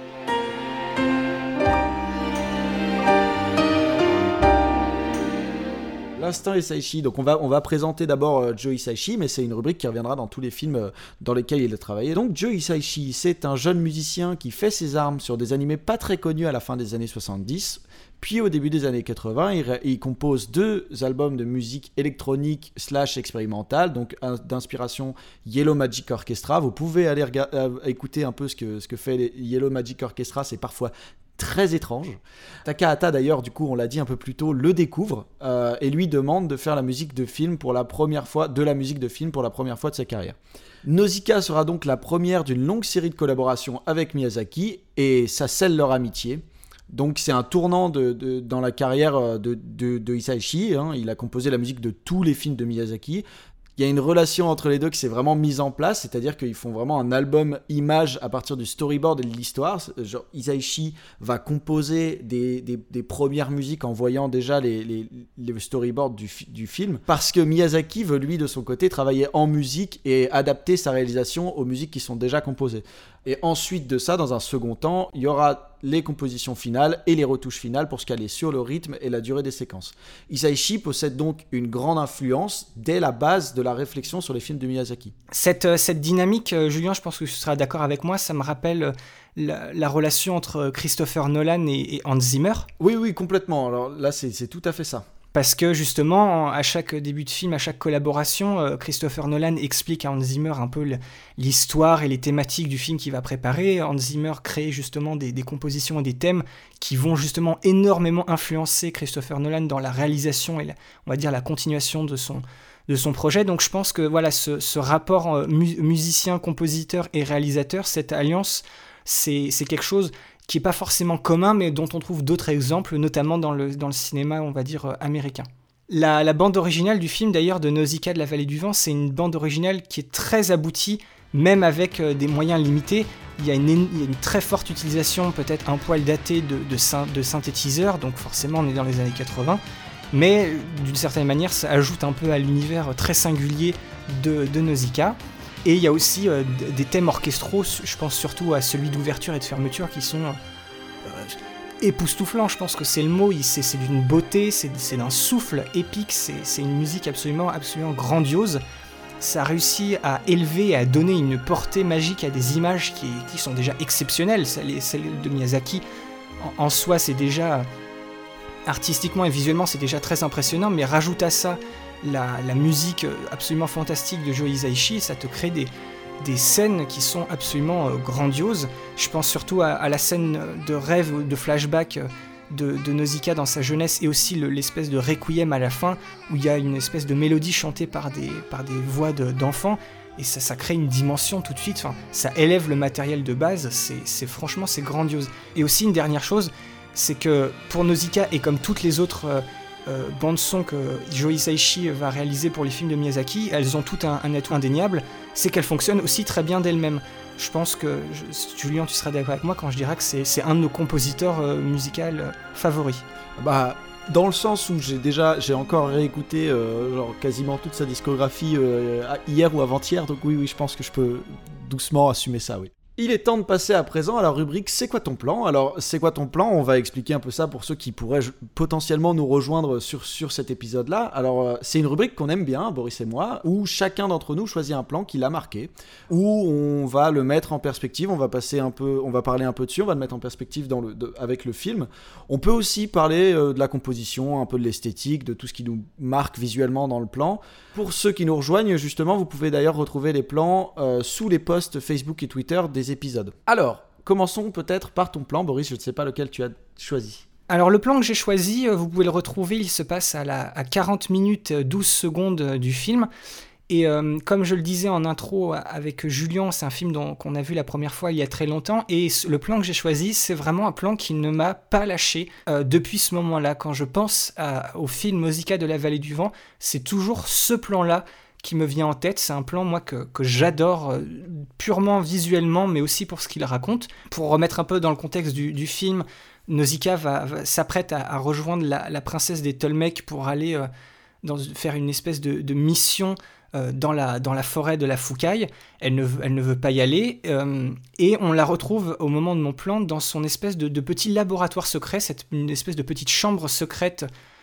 L'instant Hisaishi, donc on va présenter d'abord Joe Hisaishi, mais c'est une rubrique qui reviendra dans tous les films dans lesquels il a travaillé. Donc Joe Hisaishi, c'est un jeune musicien qui fait ses armes sur des animés pas très connus à la fin des années 70, puis au début des années 80, il compose 2 albums de musique électronique / expérimentale, donc d'inspiration Yellow Magic Orchestra. Vous pouvez aller écouter un peu ce que fait Yellow Magic Orchestra, c'est parfois très étrange. Takahata d'ailleurs, du coup on l'a dit un peu plus tôt, le découvre et lui demande de faire la musique de film pour la première fois de sa carrière. Nausicaa sera donc la première d'une longue série de collaborations avec Miyazaki et ça scelle leur amitié. Donc c'est un tournant dans la carrière de Hisaishi, il a composé la musique de tous les films de Miyazaki. Il y a une relation entre les deux qui s'est vraiment mise en place, c'est-à-dire qu'ils font vraiment un album image à partir du storyboard et de l'histoire. Genre, Hisaishi va composer des premières musiques en voyant déjà les storyboards du film, parce que Miyazaki veut lui de son côté travailler en musique et adapter sa réalisation aux musiques qui sont déjà composées. Et ensuite de ça, dans un second temps, il y aura les compositions finales et les retouches finales pour se caler sur le rythme et la durée des séquences. Hisaishi possède donc une grande influence dès la base de la réflexion sur les films de Miyazaki. Cette dynamique, Julien, je pense que tu seras d'accord avec moi, ça me rappelle la relation entre Christopher Nolan et Hans Zimmer. Oui, complètement. Alors là, c'est tout à fait ça. Parce que justement, à chaque début de film, à chaque collaboration, Christopher Nolan explique à Hans Zimmer un peu l'histoire et les thématiques du film qu'il va préparer. Hans Zimmer crée justement des compositions et des thèmes qui vont justement énormément influencer Christopher Nolan dans la réalisation et on va dire la continuation de son projet. Donc je pense que voilà, ce rapport musicien, compositeur et réalisateur, cette alliance, c'est quelque chose qui n'est pas forcément commun, mais dont on trouve d'autres exemples, notamment dans le cinéma, on va dire, américain. La bande originale du film, d'ailleurs, de Nausicaa de la vallée du vent, c'est une bande originale qui est très aboutie, même avec des moyens limités. Il y a une très forte utilisation, peut-être un poil datée, de synthétiseurs, donc forcément on est dans les années 80, mais d'une certaine manière, ça ajoute un peu à l'univers très singulier de Nausicaa. Et il y a aussi des thèmes orchestraux, je pense surtout à celui d'ouverture et de fermeture, qui sont époustouflants, je pense que c'est le mot, c'est d'une beauté, c'est d'un souffle épique, c'est une musique absolument grandiose. Ça réussit à élever et à donner une portée magique à des images qui sont déjà exceptionnelles. Celles de Miyazaki, en soi, c'est déjà, artistiquement et visuellement, c'est déjà très impressionnant, mais rajoute à ça la musique absolument fantastique de Joe Hisaishi, ça te crée des scènes qui sont absolument grandioses. Je pense surtout à la scène de rêve, de flashback de Nausicaa dans sa jeunesse, et aussi l'espèce de requiem à la fin, où il y a une espèce de mélodie chantée par des voix d'enfants. et ça crée une dimension tout de suite, enfin, ça élève le matériel de base, franchement c'est grandiose. Et aussi une dernière chose, c'est que pour Nausicaa et comme toutes les autres bandes-son que Joe Hisaishi va réaliser pour les films de Miyazaki, elles ont tout un atout indéniable, c'est qu'elles fonctionnent aussi très bien d'elles-mêmes. Je pense que, Julien, tu seras d'accord avec moi quand je dirais que c'est un de nos compositeurs musicaux favoris. Bah, dans le sens où j'ai encore réécouté genre quasiment toute sa discographie hier ou avant-hier, donc oui, je pense que je peux doucement assumer ça, oui. Il est temps de passer à présent à la rubrique « C'est quoi ton plan ?» Alors, c'est quoi ton plan ? On va expliquer un peu ça pour ceux qui pourraient potentiellement nous rejoindre sur cet épisode-là. Alors, c'est une rubrique qu'on aime bien, Boris et moi, où chacun d'entre nous choisit un plan qui l'a marqué, où on va le mettre en perspective, on va parler un peu dessus, on va le mettre en perspective avec le film. On peut aussi parler de la composition, un peu de l'esthétique, de tout ce qui nous marque visuellement dans le plan. Pour ceux qui nous rejoignent, justement, vous pouvez d'ailleurs retrouver les plans sous les posts Facebook et Twitter des épisodes. Alors, commençons peut-être par ton plan, Boris, je ne sais pas lequel tu as choisi. Alors le plan que j'ai choisi, vous pouvez le retrouver, il se passe à 40 minutes 12 secondes du film. Et comme je le disais en intro avec Julien, c'est un film qu'on a vu la première fois il y a très longtemps. Et le plan que j'ai choisi, c'est vraiment un plan qui ne m'a pas lâché depuis ce moment-là. Quand je pense au film Nausicaa de la vallée du vent, c'est toujours ce plan-là qui me vient en tête. C'est un plan, moi, que j'adore purement visuellement, mais aussi pour ce qu'il raconte. Pour remettre un peu dans le contexte du film, Nausicaa s'apprête à rejoindre la princesse des Tolmecs pour aller faire une espèce de mission dans la forêt de la Foucaille. Elle ne veut pas y aller, et on la retrouve au moment de mon plan dans son espèce de petit laboratoire secret, une espèce de petite chambre secrète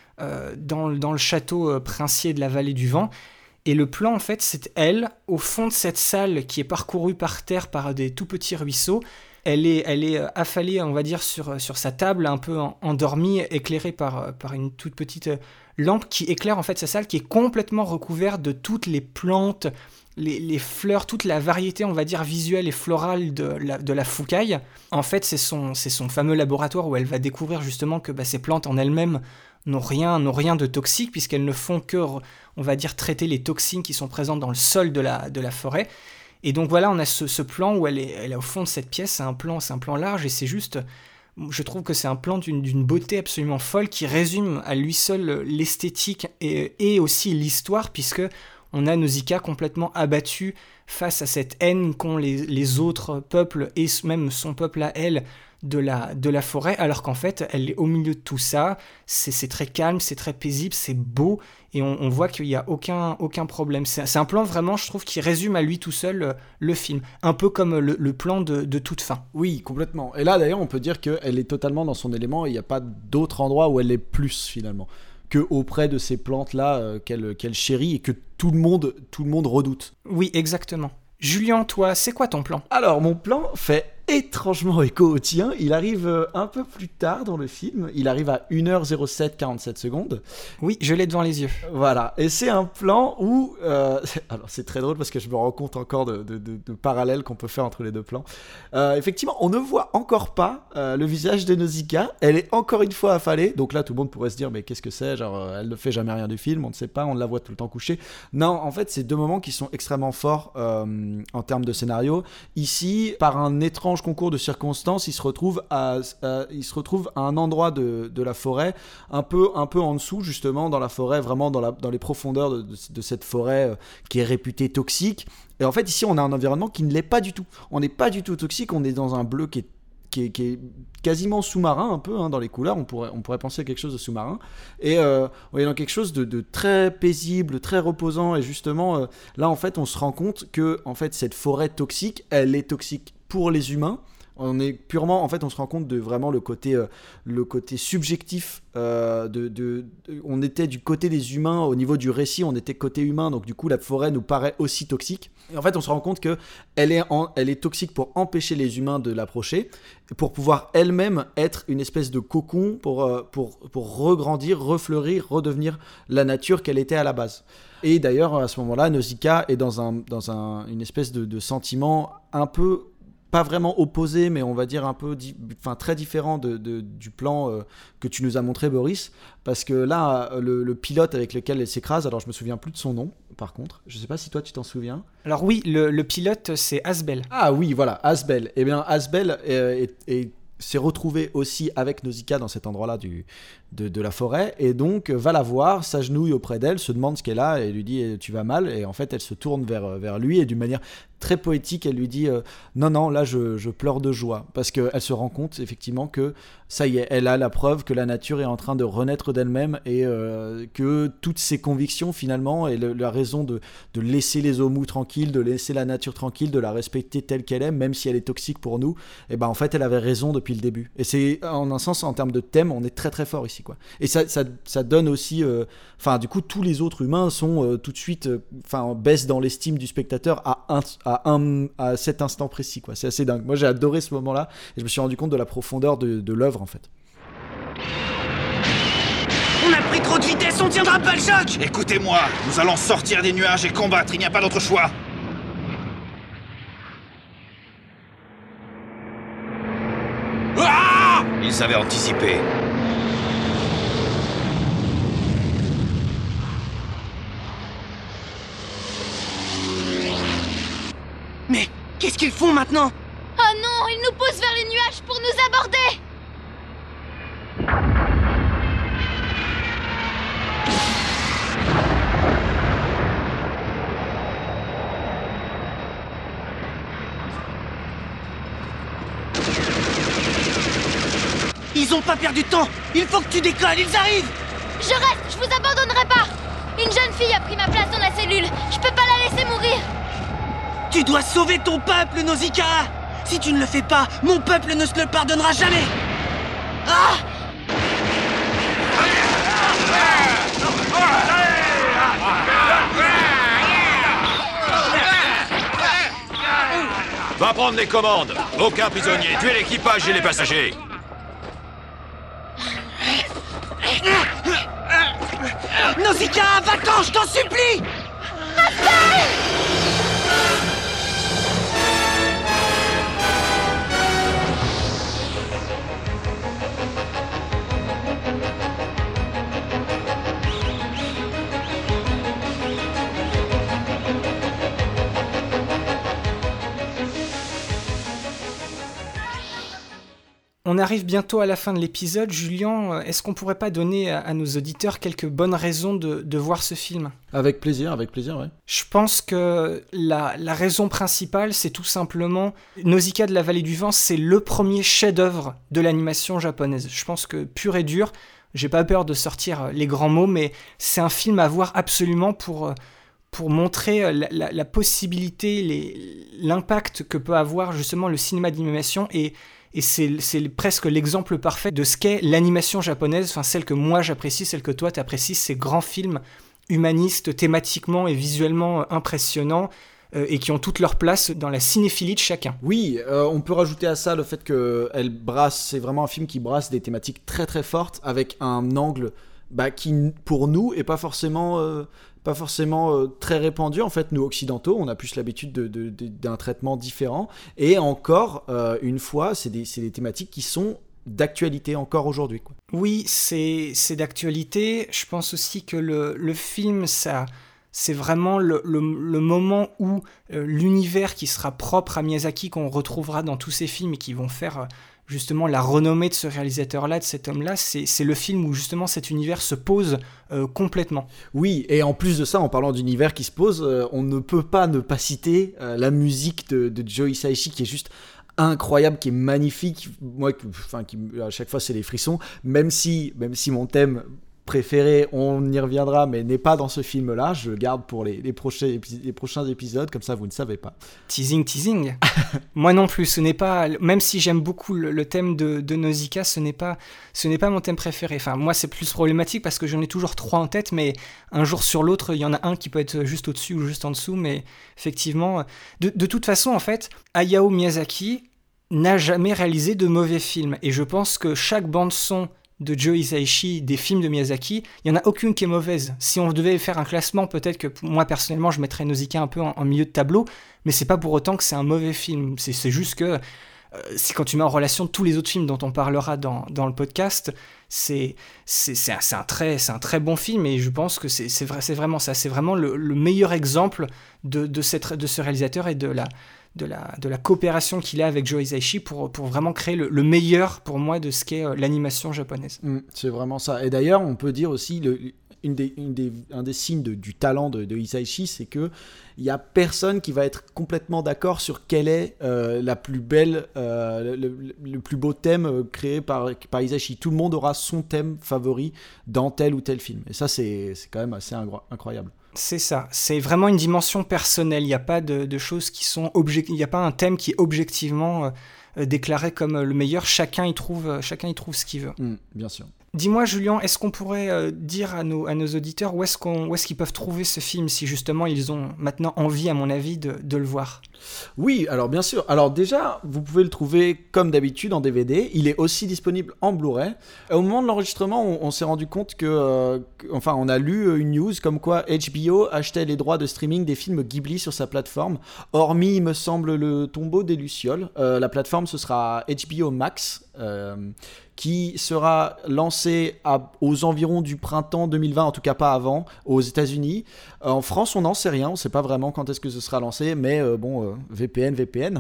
dans le château princier de la vallée du vent. Et le plan, en fait, c'est elle, au fond de cette salle qui est parcourue par terre par des tout petits ruisseaux. Elle est affalée, on va dire, sur sa table, un peu endormie, éclairée par une toute petite lampe qui éclaire en fait sa salle, qui est complètement recouverte de toutes les plantes, les fleurs, toute la variété, on va dire, visuelle et florale de la Foucaille. En fait, c'est son fameux laboratoire où elle va découvrir justement que ces plantes en elles-mêmes n'ont rien de toxique, puisqu'elles ne font que, on va dire, traiter les toxines qui sont présentes dans le sol de la forêt. Et donc voilà, on a ce plan où elle est au fond de cette pièce, c'est un plan large, et c'est juste, je trouve que c'est un plan d'une beauté absolument folle qui résume à lui seul l'esthétique et aussi l'histoire, puisque on a Nausicaa complètement abattue face à cette haine qu'ont les autres peuples et même son peuple à elle de la forêt, alors qu'en fait elle est au milieu de tout ça, c'est très calme, c'est très paisible, c'est beau, et on voit qu'il n'y a aucun problème. C'est un plan vraiment, je trouve, qui résume à lui tout seul le film, un peu comme le plan de toute fin. Oui, complètement. Et là d'ailleurs on peut dire qu'elle est totalement dans son élément, il n'y a pas d'autre endroit où elle est plus finalement que auprès de ces plantes-là qu'elle chérit et que tout le monde redoute. Oui, exactement. Julien, toi, c'est quoi ton plan ? Alors, mon plan fait étrangement écho au tien. Il arrive un peu plus tard dans le film. Il arrive à 1h07, 47 secondes. Oui, je l'ai devant les yeux. Voilà. Et c'est un plan où... alors, c'est très drôle parce que je me rends compte encore de parallèles qu'on peut faire entre les deux plans. Effectivement, on ne voit encore pas le visage de Nausicaa. Elle est encore une fois affalée. Donc là, tout le monde pourrait se dire, mais qu'est-ce que c'est ? Genre, elle ne fait jamais rien du film. On ne sait pas. On la voit tout le temps couchée. Non, en fait, c'est deux moments qui sont extrêmement forts en termes de scénario. Ici, par un étrange concours de circonstances, il se retrouve à un endroit de la forêt, un peu en dessous, justement, dans la forêt, vraiment dans les profondeurs de cette forêt qui est réputée toxique. Et en fait, ici, on a un environnement qui ne l'est pas du tout. On n'est pas du tout toxique, on est dans un bleu qui est quasiment sous-marin un peu, dans les couleurs, on pourrait penser à quelque chose de sous-marin, et on est dans quelque chose de très paisible, très reposant, et justement là en fait on se rend compte que en fait cette forêt toxique, elle est toxique pour les humains. On est purement, en fait, on se rend compte de vraiment le côté subjectif. On était du côté des humains au niveau du récit, on était côté humain, donc du coup la forêt nous paraît aussi toxique. Et en fait, on se rend compte que elle est toxique pour empêcher les humains de l'approcher, pour pouvoir elle-même être une espèce de cocon pour regrandir, refleurir, redevenir la nature qu'elle était à la base. Et d'ailleurs, à ce moment-là, Nausicaa est dans une espèce de sentiment un peu pas vraiment opposé, mais on va dire un peu très différent du plan que tu nous as montré, Boris, parce que là, le pilote avec lequel elle s'écrase, alors je me souviens plus de son nom, par contre, je sais pas si toi tu t'en souviens. Alors oui, le pilote, c'est Asbel. Ah oui, voilà, Asbel. Eh bien, Asbel s'est retrouvé aussi avec Nausicaa dans cet endroit-là de la forêt, et donc va la voir, s'agenouille auprès d'elle, se demande ce qu'elle a, et lui dit « tu vas mal ?» Et en fait, elle se tourne vers lui, et d'une manière très poétique, elle lui dit non, là, je pleure de joie. » Parce qu'elle se rend compte, effectivement, que ça y est, elle a la preuve que la nature est en train de renaître d'elle-même, et que toutes ses convictions, finalement, et la raison de laisser les eaux moues tranquilles, de laisser la nature tranquille, de la respecter telle qu'elle est, même si elle est toxique pour nous, et ben en fait, elle avait raison depuis le début. Et c'est, en un sens, en termes de thème, on est très très fort ici, quoi. Et ça donne aussi, du coup, tous les autres humains sont tout de suite, baissent dans l'estime du spectateur à cet instant précis, quoi. C'est assez dingue. Moi, j'ai adoré ce moment-là, et je me suis rendu compte de la profondeur de l'œuvre, en fait. On a pris trop de vitesse, on tiendra pas le choc. Écoutez-moi, nous allons sortir des nuages et combattre, il n'y a pas d'autre choix. Ah ! Ils avaient anticipé. Mais qu'est-ce qu'ils font maintenant? Oh non, ils nous poussent vers les nuages pour nous aborder! Ils ont pas perdu de temps. Il faut que tu décolles, ils arrivent. Je reste, je vous abandonnerai pas. Une jeune fille a pris ma place dans la cellule. Je peux pas la laisser mourir. Tu dois sauver ton peuple, Nausicaa. Si tu ne le fais pas, mon peuple ne se le pardonnera jamais. Ah! Va prendre les commandes. Aucun prisonnier. Tuez l'équipage et les passagers. Nausicaa, va-t'en, je t'en supplie! On arrive bientôt à la fin de l'épisode. Julien, est-ce qu'on pourrait pas donner à nos auditeurs quelques bonnes raisons de voir ce film ? Avec plaisir, ouais. Je pense que la raison principale, c'est tout simplement Nausicaa de la Vallée du Vent, c'est le premier chef-d'œuvre de l'animation japonaise. Je pense que pur et dur, j'ai pas peur de sortir les grands mots, mais c'est un film à voir absolument pour montrer la possibilité, l'impact que peut avoir justement le cinéma d'animation et c'est presque l'exemple parfait de ce qu'est l'animation japonaise, enfin celle que moi j'apprécie, celle que toi t'apprécies, ces grands films humanistes, thématiquement et visuellement impressionnants et qui ont toute leur place dans la cinéphilie de chacun. Oui, on peut rajouter à ça le fait que c'est vraiment un film qui brasse des thématiques très très fortes avec un angle qui pour nous est pas forcément très répandu, en fait, nous occidentaux, on a plus l'habitude d'un traitement différent, et encore une fois, c'est des thématiques qui sont d'actualité encore aujourd'hui, quoi. Oui, c'est d'actualité. Je pense aussi que le film, c'est vraiment le moment où l'univers qui sera propre à Miyazaki, qu'on retrouvera dans tous ses films et qui vont faire justement la renommée de ce réalisateur-là, de cet homme-là, c'est le film où justement cet univers se pose complètement. Oui, et en plus de ça, en parlant d'univers qui se pose, on ne peut pas ne pas citer la musique de Joe Hisaishi qui est juste incroyable, qui est magnifique. Moi, à chaque fois, c'est les frissons, même si mon thème préféré, on y reviendra, mais n'est pas dans ce film-là. Je le garde pour les prochains épisodes, comme ça vous ne savez pas. Teasing. Moi non plus, ce n'est pas, même si j'aime beaucoup le thème de Nausicaa, ce n'est pas mon thème préféré. Enfin, moi c'est plus problématique parce que j'en ai toujours 3 en tête, mais un jour sur l'autre, il y en a un qui peut être juste au-dessus ou juste en dessous, mais effectivement, de toute façon, en fait, Hayao Miyazaki n'a jamais réalisé de mauvais films, et je pense que chaque bande-son de Joe Hisaishi des films de Miyazaki, il n'y en a aucune qui est mauvaise. Si on devait faire un classement, peut-être que moi personnellement je mettrais Nausicaa un peu en milieu de tableau, mais c'est pas pour autant que c'est un mauvais film. C'est juste que si quand tu mets en relation tous les autres films dont on parlera dans le podcast, c'est un très bon film, et je pense que c'est vraiment ça. C'est vraiment le meilleur exemple de ce réalisateur et de la coopération qu'il a avec Joe Hisaishi pour vraiment créer le meilleur pour moi de ce qu'est l'animation japonaise. C'est vraiment ça. Et d'ailleurs, on peut dire aussi un des signes du talent de Hisaishi, c'est que il y a personne qui va être complètement d'accord sur quel est la plus belle, le plus beau thème créé par Hisaishi. Tout le monde aura son thème favori dans tel ou tel film. Et ça, c'est quand même assez incroyable. C'est ça, c'est vraiment une dimension personnelle. Il n'y a pas de choses qui sont il n'y a pas un thème qui est objectivement déclaré comme le meilleur. Chacun y trouve ce qu'il veut. Bien sûr. Dis-moi, Julien, est-ce qu'on pourrait dire à nos auditeurs où est-ce qu'ils peuvent trouver ce film, si justement ils ont maintenant envie, à mon avis, de le voir ? Oui, alors bien sûr. Alors déjà, vous pouvez le trouver comme d'habitude en DVD. Il est aussi disponible en Blu-ray. Au moment de l'enregistrement, on s'est rendu compte on a lu une news comme quoi HBO achetait les droits de streaming des films Ghibli sur sa plateforme. Hormis, il me semble, le Tombeau des Lucioles. La plateforme, ce sera HBO Max. Qui sera lancé aux environs du printemps 2020, en tout cas pas avant, aux États-Unis. En France, on n'en sait rien, on ne sait pas vraiment quand est-ce que ce sera lancé, mais VPN.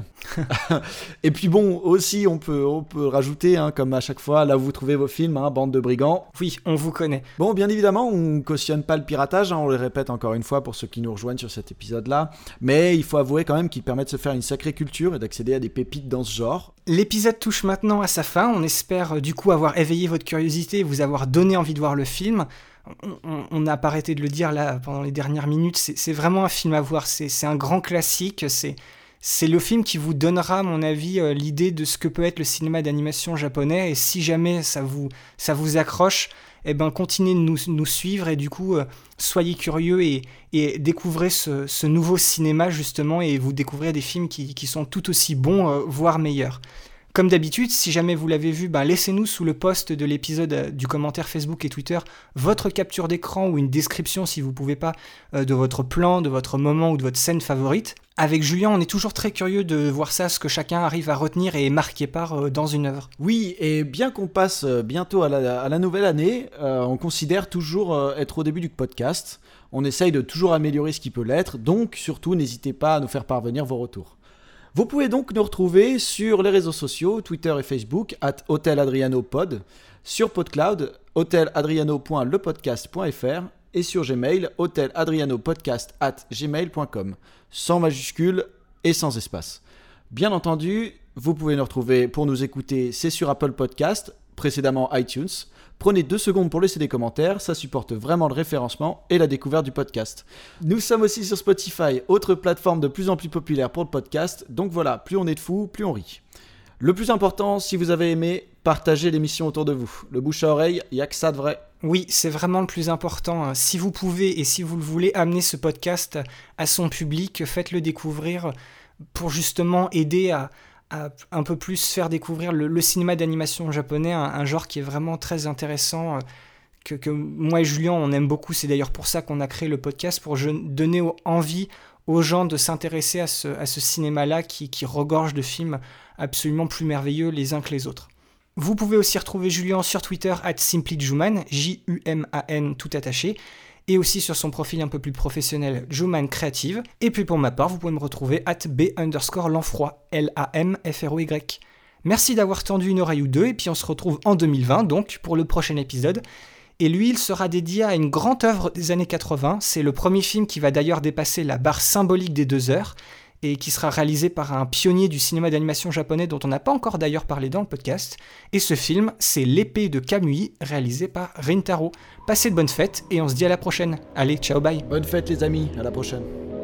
Et puis bon, aussi, on peut rajouter, comme à chaque fois, là où vous trouvez vos films, bande de brigands. Oui, on vous connaît. Bon, bien évidemment, on ne cautionne pas le piratage, on le répète encore une fois pour ceux qui nous rejoignent sur cet épisode-là, mais il faut avouer quand même qu'il permet de se faire une sacrée culture et d'accéder à des pépites dans ce genre. L'épisode touche maintenant à sa fin, on espère du coup avoir éveillé votre curiosité et vous avoir donné envie de voir le film. On n'a pas arrêté de le dire là pendant les dernières minutes, c'est vraiment un film à voir, c'est un grand classique, c'est le film qui vous donnera, à mon avis, l'idée de ce que peut être le cinéma d'animation japonais, et si jamais ça vous accroche, continuez de nous suivre, et du coup, soyez curieux et découvrez ce nouveau cinéma, justement, et vous découvrez des films qui sont tout aussi bons, voire meilleurs. Comme d'habitude, si jamais vous l'avez vu, laissez-nous sous le post de l'épisode du commentaire Facebook et Twitter votre capture d'écran ou une description, si vous ne pouvez pas, de votre plan, de votre moment ou de votre scène favorite. Avec Julien, on est toujours très curieux de voir ça, ce que chacun arrive à retenir et est marqué par dans une œuvre. Oui, et bien qu'on passe bientôt à la nouvelle année, on considère toujours être au début du podcast. On essaye de toujours améliorer ce qui peut l'être, donc surtout n'hésitez pas à nous faire parvenir vos retours. Vous pouvez donc nous retrouver sur les réseaux sociaux, Twitter et Facebook, @HotelAdrianoPod, sur PodCloud, hoteladriano.lepodcast.fr et sur Gmail, hoteladrianopodcast@gmail.com, sans majuscules et sans espace. Bien entendu, vous pouvez nous retrouver pour nous écouter, c'est sur Apple Podcast, précédemment iTunes. Prenez 2 secondes pour laisser des commentaires, ça supporte vraiment le référencement et la découverte du podcast. Nous sommes aussi sur Spotify, autre plateforme de plus en plus populaire pour le podcast, donc voilà, plus on est de fous, plus on rit. Le plus important, si vous avez aimé, partagez l'émission autour de vous. Le bouche à oreille, il n'y a que ça de vrai. Oui, c'est vraiment le plus important. Si vous pouvez et si vous le voulez amener ce podcast à son public, faites-le découvrir pour justement aider à un peu plus faire découvrir le cinéma d'animation japonais, un genre qui est vraiment très intéressant, que moi et Julien on aime beaucoup. C'est d'ailleurs pour ça qu'on a créé le podcast, pour donner envie aux gens de s'intéresser à ce cinéma-là qui regorge de films absolument plus merveilleux les uns que les autres. Vous pouvez aussi retrouver Julien sur Twitter @simplyjuman, Juman tout attaché, et aussi sur son profil un peu plus professionnel, Juman Creative. Et puis pour ma part, vous pouvez me retrouver @b_lanfroy, LAMFROY. Merci d'avoir tendu une oreille ou deux, et puis on se retrouve en 2020, donc, pour le prochain épisode. Et lui, il sera dédié à une grande œuvre des années 80. C'est le premier film qui va d'ailleurs dépasser la barre symbolique des 2 heures, et qui sera réalisé par un pionnier du cinéma d'animation japonais dont on n'a pas encore d'ailleurs parlé dans le podcast. Et ce film, c'est L'épée de Kamui, réalisé par Rintaro. Passez de bonnes fêtes et on se dit à la prochaine. Allez, ciao, bye. Bonne fête les amis, à la prochaine.